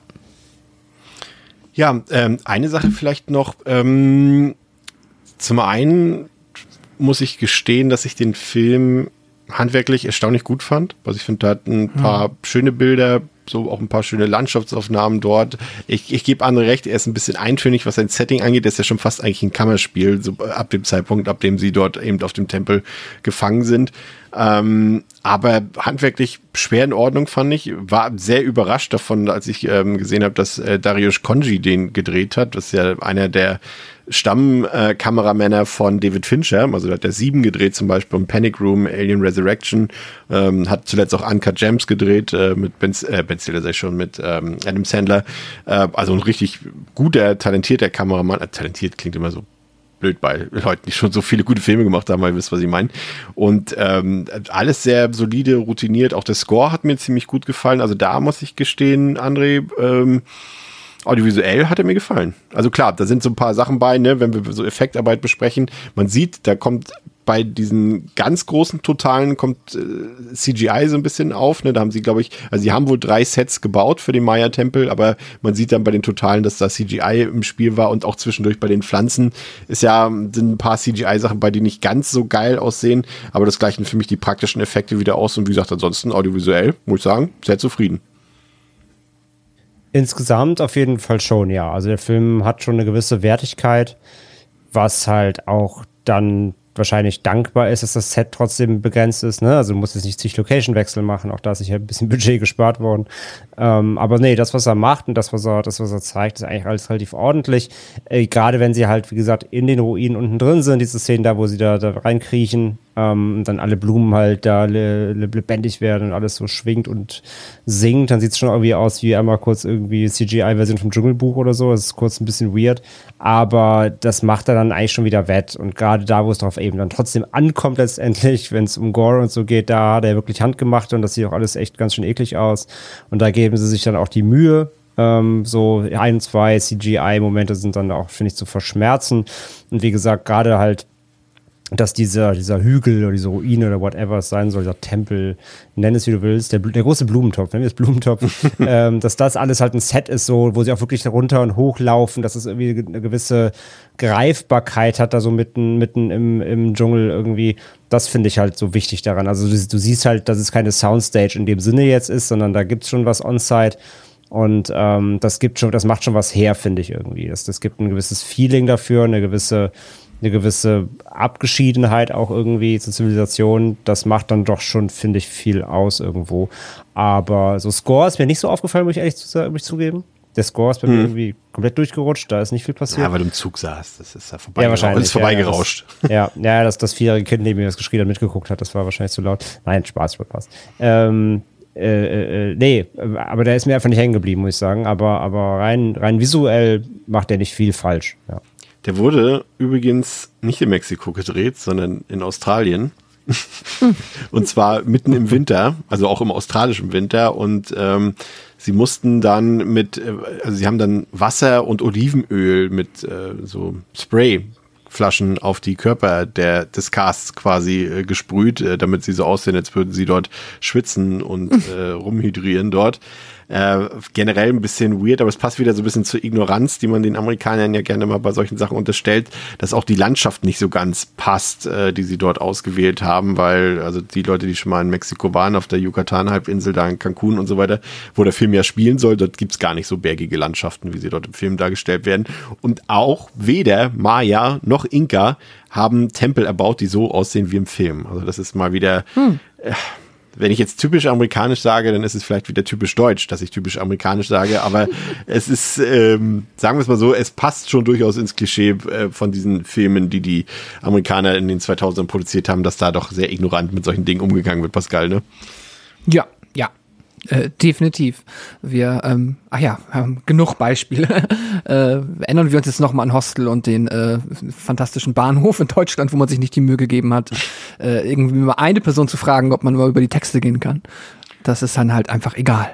Ja, eine Sache vielleicht noch. Zum einen muss ich gestehen, dass ich den Film handwerklich erstaunlich gut fand. Also ich finde, da hat ein paar schöne Bilder, so auch ein paar schöne Landschaftsaufnahmen dort. Ich gebe André recht, er ist ein bisschen eintönig, was sein Setting angeht. Das ist ja schon fast eigentlich ein Kammerspiel, so ab dem Zeitpunkt, ab dem sie dort eben auf dem Tempel gefangen sind. Aber handwerklich schwer in Ordnung, fand ich. War sehr überrascht davon, als ich gesehen habe, dass Dariusz Khondji den gedreht hat. Das ist ja einer der Stammkameramänner von David Fincher, also hat der 7 gedreht zum Beispiel, Panic Room, Alien Resurrection, hat zuletzt auch Uncut Gems gedreht mit Ben Stiller, sag ich schon, mit Adam Sandler, also ein richtig guter, talentierter Kameramann, talentiert klingt immer so blöd bei Leuten, die schon so viele gute Filme gemacht haben, weil ihr wisst, was ich meine. Und alles sehr solide, routiniert, auch der Score hat mir ziemlich gut gefallen, also da muss ich gestehen, André, audiovisuell hat er mir gefallen. Also klar, da sind so ein paar Sachen bei, ne, wenn wir so Effektarbeit besprechen. Man sieht, da kommt bei diesen ganz großen Totalen kommt CGI so ein bisschen auf. Ne? Da haben sie, glaube ich, also sie haben wohl 3 Sets gebaut für den Maya-Tempel, aber man sieht dann bei den Totalen, dass da CGI im Spiel war und auch zwischendurch bei den Pflanzen sind ein paar CGI-Sachen bei, die nicht ganz so geil aussehen, aber das gleichen für mich die praktischen Effekte wieder aus und wie gesagt, ansonsten audiovisuell, muss ich sagen, sehr zufrieden. Insgesamt auf jeden Fall schon, ja. Also der Film hat schon eine gewisse Wertigkeit, was halt auch dann wahrscheinlich dankbar ist, dass das Set trotzdem begrenzt ist, ne? Also du musst jetzt nicht zig Location-Wechsel machen, auch da ist sicher ein bisschen Budget gespart worden. Aber nee, das, was er macht und das, was er zeigt, ist eigentlich alles relativ ordentlich. Gerade wenn sie halt, wie gesagt, in den Ruinen unten drin sind, diese Szenen da, wo sie da reinkriechen, dann alle Blumen halt da lebendig werden und alles so schwingt und singt, dann sieht es schon irgendwie aus wie einmal kurz irgendwie CGI-Version vom Dschungelbuch oder so. Das ist kurz ein bisschen weird, aber das macht er dann eigentlich schon wieder wett. Und gerade da, wo es drauf eben dann trotzdem ankommt letztendlich, wenn es um Gore und so geht, da hat er wirklich handgemacht und das sieht auch alles echt ganz schön eklig aus. Und da geben sie sich dann auch die Mühe. So 1, 2 CGI-Momente sind dann auch, finde ich, zu verschmerzen. Und wie gesagt, gerade halt, dass dieser Hügel oder diese Ruine oder whatever es sein soll, dieser Tempel, nenn es wie du willst, der große Blumentopf, nennen wir es Blumentopf, dass das alles halt ein Set ist, so, wo sie auch wirklich runter und hochlaufen, dass es irgendwie eine gewisse Greifbarkeit hat, da so mitten im Dschungel irgendwie. Das finde ich halt so wichtig daran. Also du siehst halt, dass es keine Soundstage in dem Sinne jetzt ist, sondern da gibt's schon was on-site. Und das macht schon was her, finde ich irgendwie. Das gibt ein gewisses Feeling dafür, eine gewisse Abgeschiedenheit auch irgendwie zur Zivilisation. Das macht dann doch schon, finde ich, viel aus irgendwo. Aber so Score ist mir nicht so aufgefallen, muss ich ehrlich zugeben. Der Score ist bei mir irgendwie komplett durchgerutscht, da ist nicht viel passiert. Ja, weil du im Zug saßt, das ist ja vorbei. Ja, wahrscheinlich. Ist vorbeigerauscht. Ja, das 4-jährige Kind neben mir, das geschrien hat, mitgeguckt hat, das war wahrscheinlich zu laut. Nein, Spaß. Nee, aber der ist mir einfach nicht hängen geblieben, muss ich sagen. Aber rein visuell macht der nicht viel falsch. Ja. Der wurde übrigens nicht in Mexiko gedreht, sondern in Australien. Und zwar mitten im Winter, also auch im australischen Winter. Und sie mussten dann sie haben dann Wasser und Olivenöl mit so Sprayflaschen auf die Körper des Casts quasi gesprüht, damit sie so aussehen, als würden sie dort schwitzen und rumhydrieren dort. Generell ein bisschen weird, aber es passt wieder so ein bisschen zur Ignoranz, die man den Amerikanern ja gerne mal bei solchen Sachen unterstellt, dass auch die Landschaft nicht so ganz passt, die sie dort ausgewählt haben, weil also die Leute, die schon mal in Mexiko waren, auf der Yucatan-Halbinsel, da in Cancun und so weiter, wo der Film ja spielen soll, dort gibt's gar nicht so bergige Landschaften, wie sie dort im Film dargestellt werden. Und auch weder Maya noch Inka haben Tempel erbaut, die so aussehen wie im Film. Also das ist mal wieder... Wenn ich jetzt typisch amerikanisch sage, dann ist es vielleicht wieder typisch deutsch, dass ich typisch amerikanisch sage, aber es ist, sagen wir es mal so, es passt schon durchaus ins Klischee von diesen Filmen, die Amerikaner in den 2000ern produziert haben, dass da doch sehr ignorant mit solchen Dingen umgegangen wird, Pascal, ne? Ja. Definitiv. Wir, haben genug Beispiele. Erinnern wir uns jetzt nochmal an Hostel und den fantastischen Bahnhof in Deutschland, wo man sich nicht die Mühe gegeben hat, irgendwie mal eine Person zu fragen, ob man mal über die Texte gehen kann. Das ist dann halt einfach egal.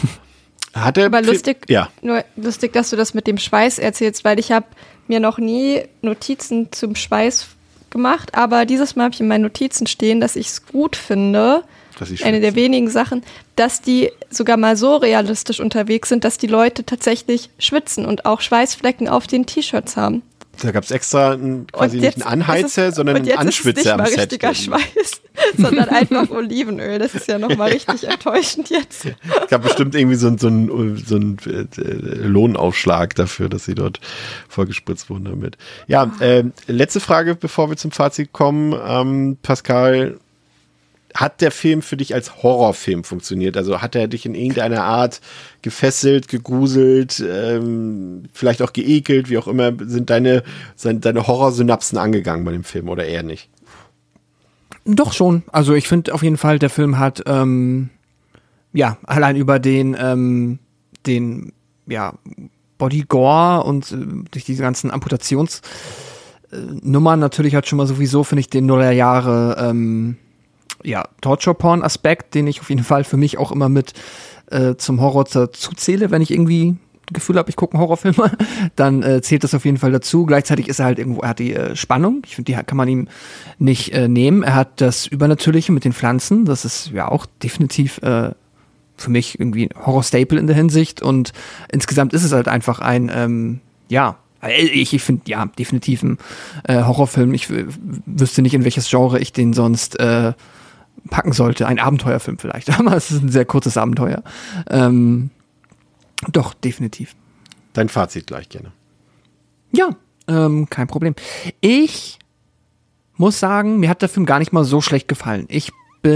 Aber lustig, nur lustig, dass du das mit dem Schweiß erzählst, weil ich habe mir noch nie Notizen zum Schweiß gemacht, aber dieses Mal habe ich in meinen Notizen stehen, dass ich es gut finde, eine der wenigen Sachen, dass die sogar mal so realistisch unterwegs sind, dass die Leute tatsächlich schwitzen und auch Schweißflecken auf den T-Shirts haben. Da gab es extra quasi nicht einen Anheizer, sondern einen Anschwitzer am Set. Nicht mal richtiger Schweiß, sondern einfach Olivenöl. Das ist ja nochmal richtig enttäuschend jetzt. Es gab bestimmt irgendwie so einen Lohnaufschlag dafür, dass sie dort vollgespritzt wurden damit. Ja, letzte Frage, bevor wir zum Fazit kommen. Pascal, hat der Film für dich als Horrorfilm funktioniert? Also hat er dich in irgendeiner Art gefesselt, gegruselt, vielleicht auch geekelt, wie auch immer, sind deine Horrorsynapsen angegangen bei dem Film oder eher nicht? Doch schon. Also ich finde auf jeden Fall, der Film hat allein über den Body Gore und durch diese ganzen Amputationsnummern natürlich hat schon mal sowieso, finde ich, den Nullerjahre Torture-Porn-Aspekt, den ich auf jeden Fall für mich auch immer mit zum Horror dazu zähle, wenn ich irgendwie Gefühl habe, ich gucke einen Horrorfilm, dann zählt das auf jeden Fall dazu. Gleichzeitig ist er halt irgendwo, er hat die Spannung, ich finde, die kann man ihm nicht nehmen. Er hat das Übernatürliche mit den Pflanzen, das ist ja auch definitiv für mich irgendwie ein Horror-Staple in der Hinsicht und insgesamt ist es halt einfach ein, ich finde, ja, definitiv ein Horrorfilm. Ich wüsste nicht, in welches Genre ich den sonst packen sollte. Ein Abenteuerfilm vielleicht, aber es ist ein sehr kurzes Abenteuer. Doch, definitiv. Dein Fazit gleich gerne. Ja, kein Problem. Ich muss sagen, mir hat der Film gar nicht mal so schlecht gefallen. Ich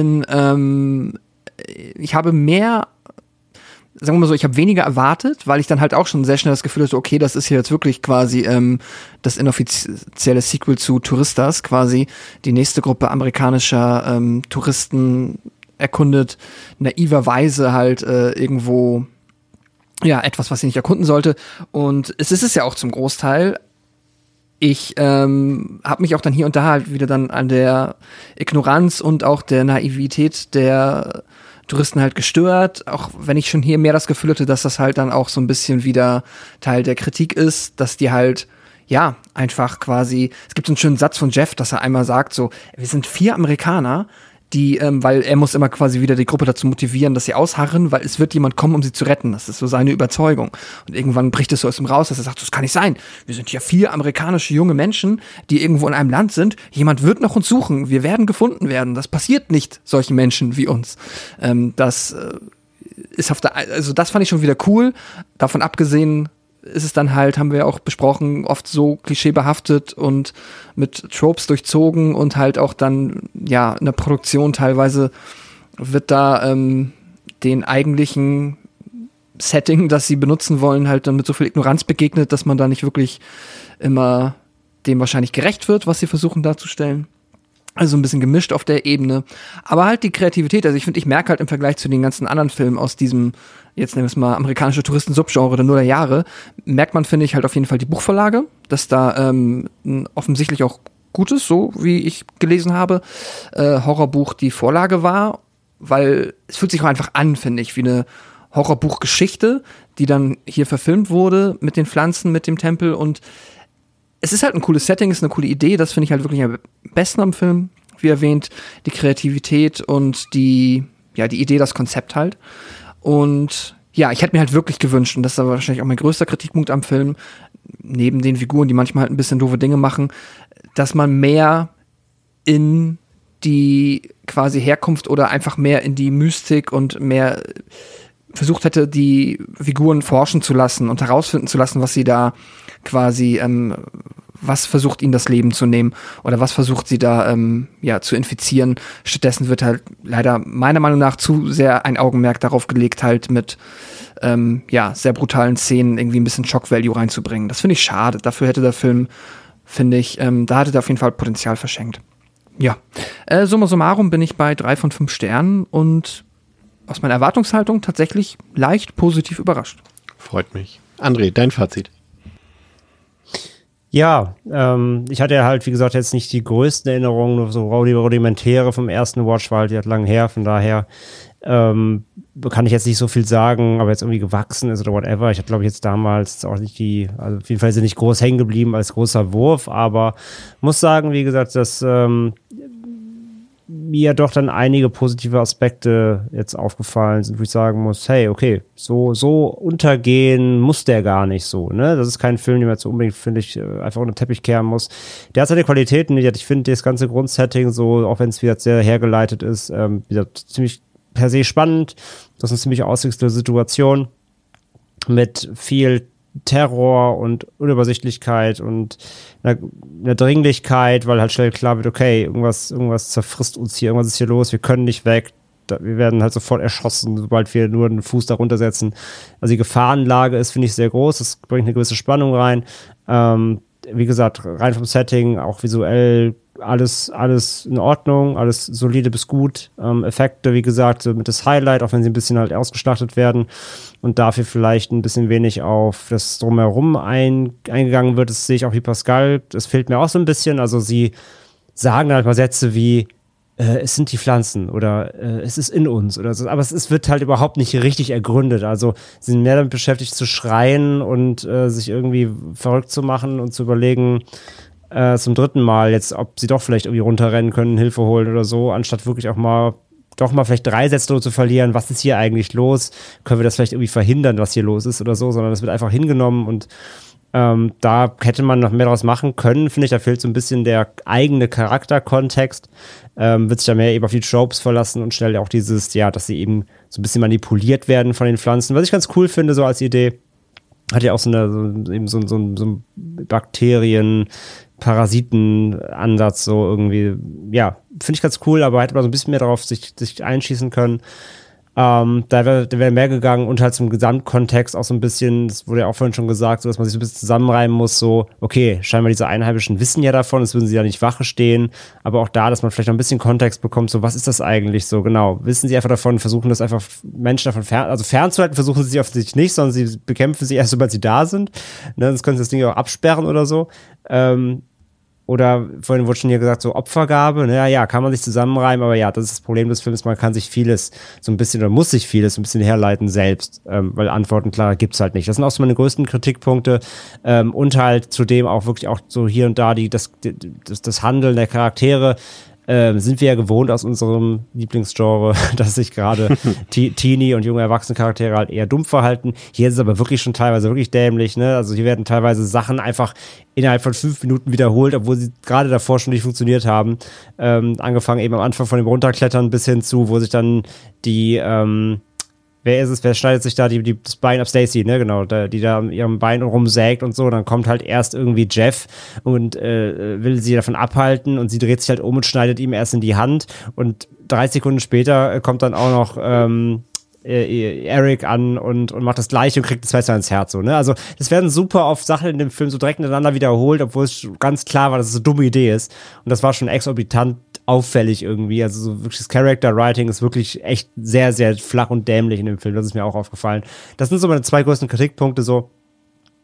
habe mehr, sagen wir mal so, ich habe weniger erwartet, weil ich dann halt auch schon sehr schnell das Gefühl hatte, okay, das ist hier jetzt wirklich quasi das inoffizielle Sequel zu Touristas, quasi die nächste Gruppe amerikanischer Touristen erkundet naiverweise halt irgendwo etwas, was sie nicht erkunden sollte. Und es ist es ja auch zum Großteil. Ich habe mich auch dann hier und da halt wieder dann an der Ignoranz und auch der Naivität der Touristen halt gestört, auch wenn ich schon hier mehr das Gefühl hatte, dass das halt dann auch so ein bisschen wieder Teil der Kritik ist, dass die halt, einfach quasi, es gibt so einen schönen Satz von Jeff, dass er einmal sagt so, wir sind 4 Amerikaner, die, weil er muss immer quasi wieder die Gruppe dazu motivieren, dass sie ausharren, weil es wird jemand kommen, um sie zu retten. Das ist so seine Überzeugung. Und irgendwann bricht es so aus ihm raus, dass er sagt, das kann nicht sein. Wir sind ja 4 amerikanische junge Menschen, die irgendwo in einem Land sind. Jemand wird nach uns suchen. Wir werden gefunden werden. Das passiert nicht solchen Menschen wie uns. Das ist also das fand ich schon wieder cool. Davon abgesehen ist es dann halt, haben wir auch besprochen, oft so klischeebehaftet und mit Tropes durchzogen und halt auch dann, in der Produktion teilweise wird da den eigentlichen Setting, das sie benutzen wollen, halt dann mit so viel Ignoranz begegnet, dass man da nicht wirklich immer dem wahrscheinlich gerecht wird, was sie versuchen darzustellen. Also ein bisschen gemischt auf der Ebene. Aber halt die Kreativität, also ich merke halt im Vergleich zu den ganzen anderen Filmen aus diesem, jetzt nehmen wir es mal, amerikanische Touristen-Subgenre der Nullerjahre, merkt man, finde ich, halt auf jeden Fall die Buchvorlage, dass da offensichtlich auch gutes, so wie ich gelesen habe, Horrorbuch die Vorlage war, weil es fühlt sich auch einfach an, finde ich, wie eine Horrorbuchgeschichte, die dann hier verfilmt wurde mit den Pflanzen, mit dem Tempel, und es ist halt ein cooles Setting, ist eine coole Idee, das finde ich halt wirklich am besten am Film, wie erwähnt, die Kreativität und die Idee, das Konzept halt. Und ja, ich hätte mir halt wirklich gewünscht, und das ist aber wahrscheinlich auch mein größter Kritikpunkt am Film, neben den Figuren, die manchmal halt ein bisschen doofe Dinge machen, dass man mehr in die quasi Herkunft oder einfach mehr in die Mystik und mehr versucht hätte, die Figuren forschen zu lassen und herausfinden zu lassen, was sie da quasi, was versucht ihnen das Leben zu nehmen oder was versucht sie da zu infizieren. Stattdessen wird halt leider meiner Meinung nach zu sehr ein Augenmerk darauf gelegt, halt mit sehr brutalen Szenen irgendwie ein bisschen Shock-Value reinzubringen. Das finde ich schade. Dafür hätte der Film, finde ich, da hatte der auf jeden Fall Potenzial verschenkt. Ja, summa summarum bin ich bei 3 von 5 Sternen und aus meiner Erwartungshaltung tatsächlich leicht positiv überrascht. Freut mich. André, dein Fazit? Ja, ich hatte ja halt, wie gesagt, jetzt nicht die größten Erinnerungen, nur so rudimentäre vom ersten Watch, war halt lang her, von daher kann ich jetzt nicht so viel sagen, aber jetzt irgendwie gewachsen ist oder whatever. Ich hatte, glaube ich, jetzt damals auch nicht also auf jeden Fall sind nicht groß hängen geblieben als großer Wurf, aber muss sagen, wie gesagt, dass mir doch dann einige positive Aspekte jetzt aufgefallen sind, wo ich sagen muss, hey, okay, so untergehen muss der gar nicht so, ne? Das ist kein Film, den man jetzt unbedingt, finde ich, einfach unter den Teppich kehren muss. Der hat seine Qualitäten, ich finde das ganze Grundsetting so, auch wenn es wieder sehr hergeleitet ist, wieder ziemlich per se spannend. Das ist eine ziemlich aussichtslose Situation mit viel Terror und Unübersichtlichkeit und einer Dringlichkeit, weil halt schnell klar wird, okay, irgendwas zerfrisst uns hier, irgendwas ist hier los, wir können nicht weg, wir werden halt sofort erschossen, sobald wir nur einen Fuß darunter setzen. Also die Gefahrenlage ist, finde ich, sehr groß, das bringt eine gewisse Spannung rein. Wie gesagt, rein vom Setting, auch visuell, alles in Ordnung, alles solide bis gut. Effekte, wie gesagt, mit das Highlight, auch wenn sie ein bisschen halt ausgeschlachtet werden und dafür vielleicht ein bisschen wenig auf das Drumherum eingegangen wird. Das sehe ich auch wie Pascal. Das fehlt mir auch so ein bisschen. Also sie sagen halt mal Sätze wie es sind die Pflanzen oder es ist in uns oder so. Aber es wird halt überhaupt nicht richtig ergründet. Also sie sind mehr damit beschäftigt zu schreien und sich irgendwie verrückt zu machen und zu überlegen, zum 3. Mal jetzt, ob sie doch vielleicht irgendwie runterrennen können, Hilfe holen oder so, anstatt wirklich auch mal vielleicht 3 Sätze zu verlieren, was ist hier eigentlich los? Können wir das vielleicht irgendwie verhindern, was hier los ist oder so, sondern das wird einfach hingenommen und da hätte man noch mehr draus machen können, finde ich, da fehlt so ein bisschen der eigene Charakterkontext, wird sich da mehr eben auf die Tropes verlassen und schnell auch dieses, dass sie eben so ein bisschen manipuliert werden von den Pflanzen, was ich ganz cool finde, so als Idee. Hat ja auch so ein Bakterien, Parasiten-Ansatz, so irgendwie, finde ich ganz cool, aber hätte man so ein bisschen mehr darauf sich einschießen können. Da wäre mehr gegangen und halt zum Gesamtkontext auch so ein bisschen, das wurde ja auch vorhin schon gesagt, so dass man sich so ein bisschen zusammenreimen muss, so, okay, scheinbar diese Einheimischen wissen ja davon, es würden sie ja nicht Wache stehen, aber auch da, dass man vielleicht noch ein bisschen Kontext bekommt, so, was ist das eigentlich so, genau, wissen sie einfach davon, versuchen das einfach Menschen davon fernzuhalten, versuchen sie offensichtlich nicht, sondern sie bekämpfen sie erst, sobald sie da sind, ne, sonst können sie das Ding auch absperren oder so, oder vorhin wurde schon hier gesagt, so Opfergabe, naja, kann man sich zusammenreimen, aber ja, das ist das Problem des Films, man kann sich vieles so ein bisschen oder muss sich vieles so ein bisschen herleiten selbst, weil Antworten klar gibt's halt nicht. Das sind auch so meine größten Kritikpunkte und halt zudem auch wirklich auch so hier und da das Handeln der Charaktere sind wir ja gewohnt aus unserem Lieblingsgenre, dass sich gerade Teenie- und junge Erwachsene-Charaktere halt eher dumm verhalten. Hier ist es aber wirklich schon teilweise wirklich dämlich, ne? Also hier werden teilweise Sachen einfach innerhalb von 5 Minuten wiederholt, obwohl sie gerade davor schon nicht funktioniert haben. Angefangen eben am Anfang von dem Runterklettern bis hin zu, wo sich dann die wer ist es? Wer schneidet sich da das Bein ab? Stacy, ne, genau, die da an ihrem Bein rumsägt und so. Dann kommt halt erst irgendwie Jeff und will sie davon abhalten und sie dreht sich halt um und schneidet ihm erst in die Hand und 30 Sekunden später kommt dann auch noch Eric an und macht das Gleiche und kriegt das Messer ins Herz, so, ne? Also, das werden super oft Sachen in dem Film so direkt miteinander wiederholt, obwohl es ganz klar war, dass es eine dumme Idee ist. Und das war schon exorbitant auffällig irgendwie. Also, so wirklich das Character-Writing ist wirklich echt sehr, sehr flach und dämlich in dem Film. Das ist mir auch aufgefallen. Das sind so meine 2 größten Kritikpunkte, so.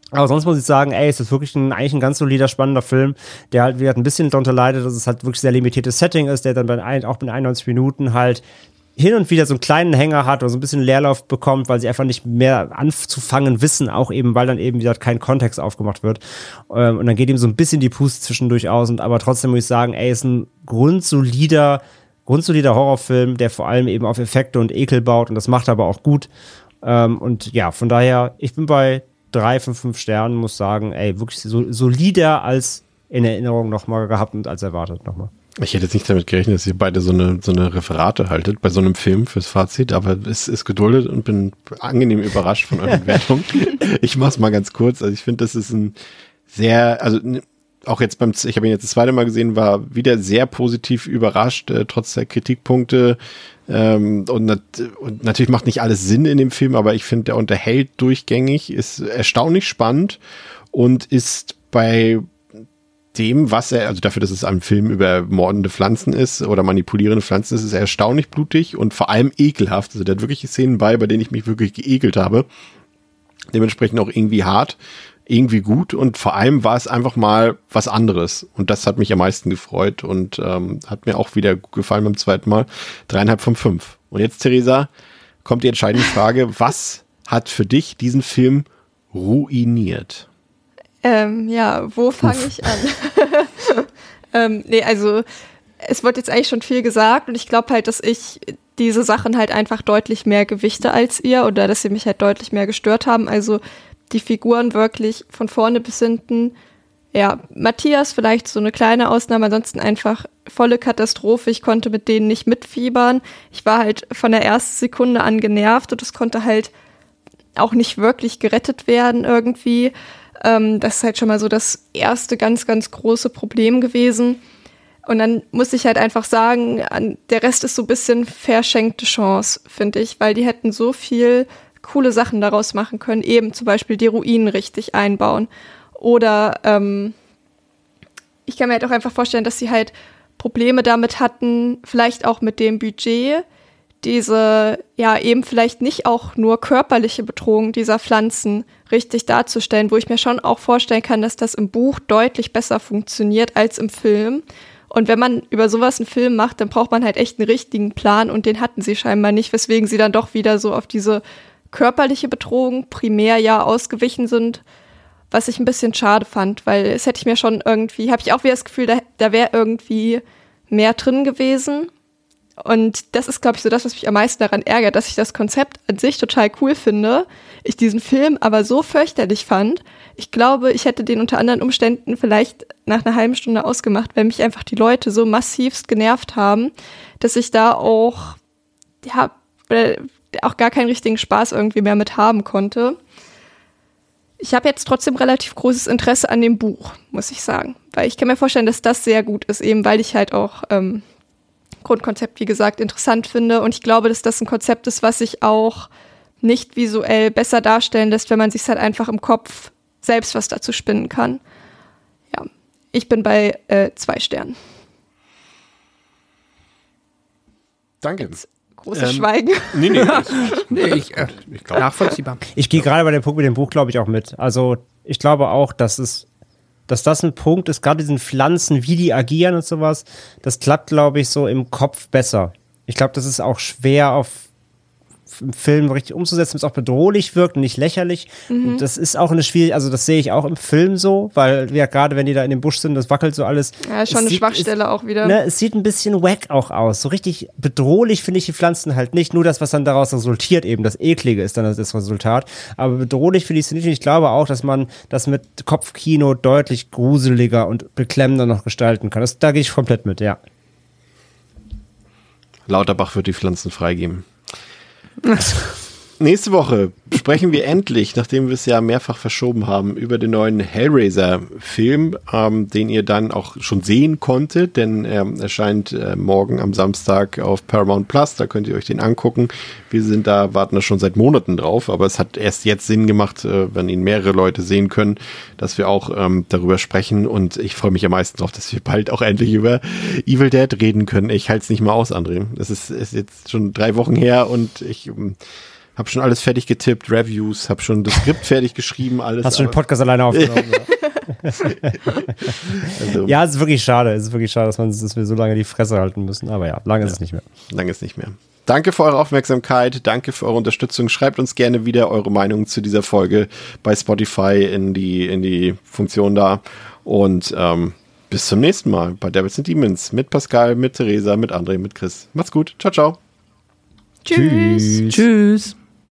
Aber sonst muss ich sagen, es ist wirklich eigentlich ein ganz solider, spannender Film, der halt wieder ein bisschen darunter leidet, dass es halt wirklich sehr limitiertes Setting ist, der dann auch mit 91 Minuten halt hin und wieder so einen kleinen Hänger hat oder so ein bisschen Leerlauf bekommt, weil sie einfach nicht mehr anzufangen wissen, auch eben, weil dann eben wieder kein Kontext aufgemacht wird. Und dann geht ihm so ein bisschen die Puste zwischendurch aus, aber trotzdem muss ich sagen, ist ein grundsolider Horrorfilm, der vor allem eben auf Effekte und Ekel baut und das macht er aber auch gut. Und ja, von daher, ich bin bei 3 von 5 Sternen, muss sagen, wirklich solider als in Erinnerung nochmal gehabt und als erwartet nochmal. Ich hätte jetzt nicht damit gerechnet, dass ihr beide so eine Referate haltet bei so einem Film fürs Fazit, aber es ist geduldet und bin angenehm überrascht von euren Wertungen. Ich mach's mal ganz kurz. Also ich finde, das ist ein sehr, also auch jetzt ich habe ihn jetzt das zweite Mal gesehen, war wieder sehr positiv überrascht, trotz der Kritikpunkte. Und natürlich macht nicht alles Sinn in dem Film, aber ich finde, der unterhält durchgängig, ist erstaunlich spannend und ist bei dem, also dafür, dass es ein Film über mordende Pflanzen ist oder manipulierende Pflanzen ist, ist er erstaunlich blutig und vor allem ekelhaft. Also der hat wirklich Szenen bei denen ich mich wirklich geekelt habe. Dementsprechend auch irgendwie hart, irgendwie gut und vor allem war es einfach mal was anderes und das hat mich am meisten gefreut und hat mir auch wieder gefallen beim zweiten Mal. 3,5 von 5. Und jetzt, Theresa, kommt die entscheidende Frage, was hat für dich diesen Film ruiniert? Wo fange ich an? Also es wird jetzt eigentlich schon viel gesagt und ich glaube halt, dass ich diese Sachen halt einfach deutlich mehr gewichte als ihr oder dass sie mich halt deutlich mehr gestört haben. Also die Figuren wirklich von vorne bis hinten. Ja, Matthias vielleicht so eine kleine Ausnahme, ansonsten einfach volle Katastrophe. Ich konnte mit denen nicht mitfiebern. Ich war halt von der ersten Sekunde an genervt und es konnte halt auch nicht wirklich gerettet werden irgendwie. Das ist halt schon mal so das erste ganz, ganz große Problem gewesen. Und dann muss ich halt einfach sagen, der Rest ist so ein bisschen verschenkte Chance, finde ich, weil die hätten so viel coole Sachen daraus machen können, eben zum Beispiel die Ruinen richtig einbauen. Oder ich kann mir halt auch einfach vorstellen, dass sie halt Probleme damit hatten, vielleicht auch mit dem Budget, diese, ja, eben vielleicht nicht auch nur körperliche Bedrohung dieser Pflanzen richtig darzustellen, wo ich mir schon auch vorstellen kann, dass das im Buch deutlich besser funktioniert als im Film. Und wenn man über sowas einen Film macht, dann braucht man halt echt einen richtigen Plan und den hatten sie scheinbar nicht, weswegen sie dann doch wieder so auf diese körperliche Bedrohung primär ja ausgewichen sind, was ich ein bisschen schade fand, weil es hätte ich mir schon irgendwie, habe ich auch wieder das Gefühl, da wäre irgendwie mehr drin gewesen. Und das ist, glaube ich, so das, was mich am meisten daran ärgert, dass ich das Konzept an sich total cool finde, ich diesen Film aber so fürchterlich fand. Ich glaube, ich hätte den unter anderen Umständen vielleicht nach einer halben Stunde ausgemacht, weil mich einfach die Leute so massivst genervt haben, dass ich da auch, ja, auch gar keinen richtigen Spaß irgendwie mehr mit haben konnte. Ich habe jetzt trotzdem relativ großes Interesse an dem Buch, muss ich sagen. Weil ich kann mir vorstellen, dass das sehr gut ist, eben weil ich halt auch Grundkonzept, wie gesagt, interessant finde. Und ich glaube, dass das ein Konzept ist, was sich auch nicht visuell besser darstellen lässt, wenn man sich halt einfach im Kopf selbst was dazu spinnen kann. Ja, ich bin bei 2 Sternen. Danke. Großes Schweigen. Nee, ich glaube, nachvollziehbar. Ich gehe gerade bei dem Punkt mit dem Buch, glaube ich, auch mit. Also ich glaube auch, dass das ein Punkt ist, gerade diesen Pflanzen, wie die agieren und sowas, das klappt, glaube ich, so im Kopf besser. Ich glaube, das ist auch schwer im Film richtig umzusetzen, es auch bedrohlich wirkt und nicht lächerlich. Mhm. Und das ist auch eine schwierige, also das sehe ich auch im Film so, weil ja gerade wenn die da in dem Busch sind, das wackelt so alles. Ja, schon eine Schwachstelle auch wieder. Ne, es sieht ein bisschen wack auch aus. So richtig bedrohlich finde ich die Pflanzen halt nicht. Nur das, was dann daraus resultiert, eben das Eklige ist dann das Resultat. Aber bedrohlich finde ich es nicht. Und ich glaube auch, dass man das mit Kopfkino deutlich gruseliger und beklemmender noch gestalten kann. Da gehe ich komplett mit, ja. Lauterbach wird die Pflanzen freigeben. Nächste Woche sprechen wir endlich, nachdem wir es ja mehrfach verschoben haben, über den neuen Hellraiser-Film, den ihr dann auch schon sehen konntet, denn er erscheint morgen am Samstag auf Paramount Plus, da könnt ihr euch den angucken. Wir warten da schon seit Monaten drauf, aber es hat erst jetzt Sinn gemacht, wenn ihn mehrere Leute sehen können, dass wir auch darüber sprechen und ich freue mich am meisten drauf, dass wir bald auch endlich über Evil Dead reden können. Ich halte es nicht mal aus, André. Es ist jetzt schon 3 Wochen her und ich Hab schon alles fertig getippt, Reviews, hab schon das Skript fertig geschrieben, alles. Hast du den Podcast alleine aufgenommen? Also, ja, es ist wirklich schade. Es ist wirklich schade, dass wir so lange die Fresse halten müssen. Aber ja, lange ist es nicht mehr. Lange ist nicht mehr. Danke für eure Aufmerksamkeit. Danke für eure Unterstützung. Schreibt uns gerne wieder eure Meinung zu dieser Folge bei Spotify in die Funktion da. Und bis zum nächsten Mal bei Devils and Demons mit Pascal, mit Theresa, mit André, mit Chris. Macht's gut. Ciao, ciao. Tschüss. Tschüss.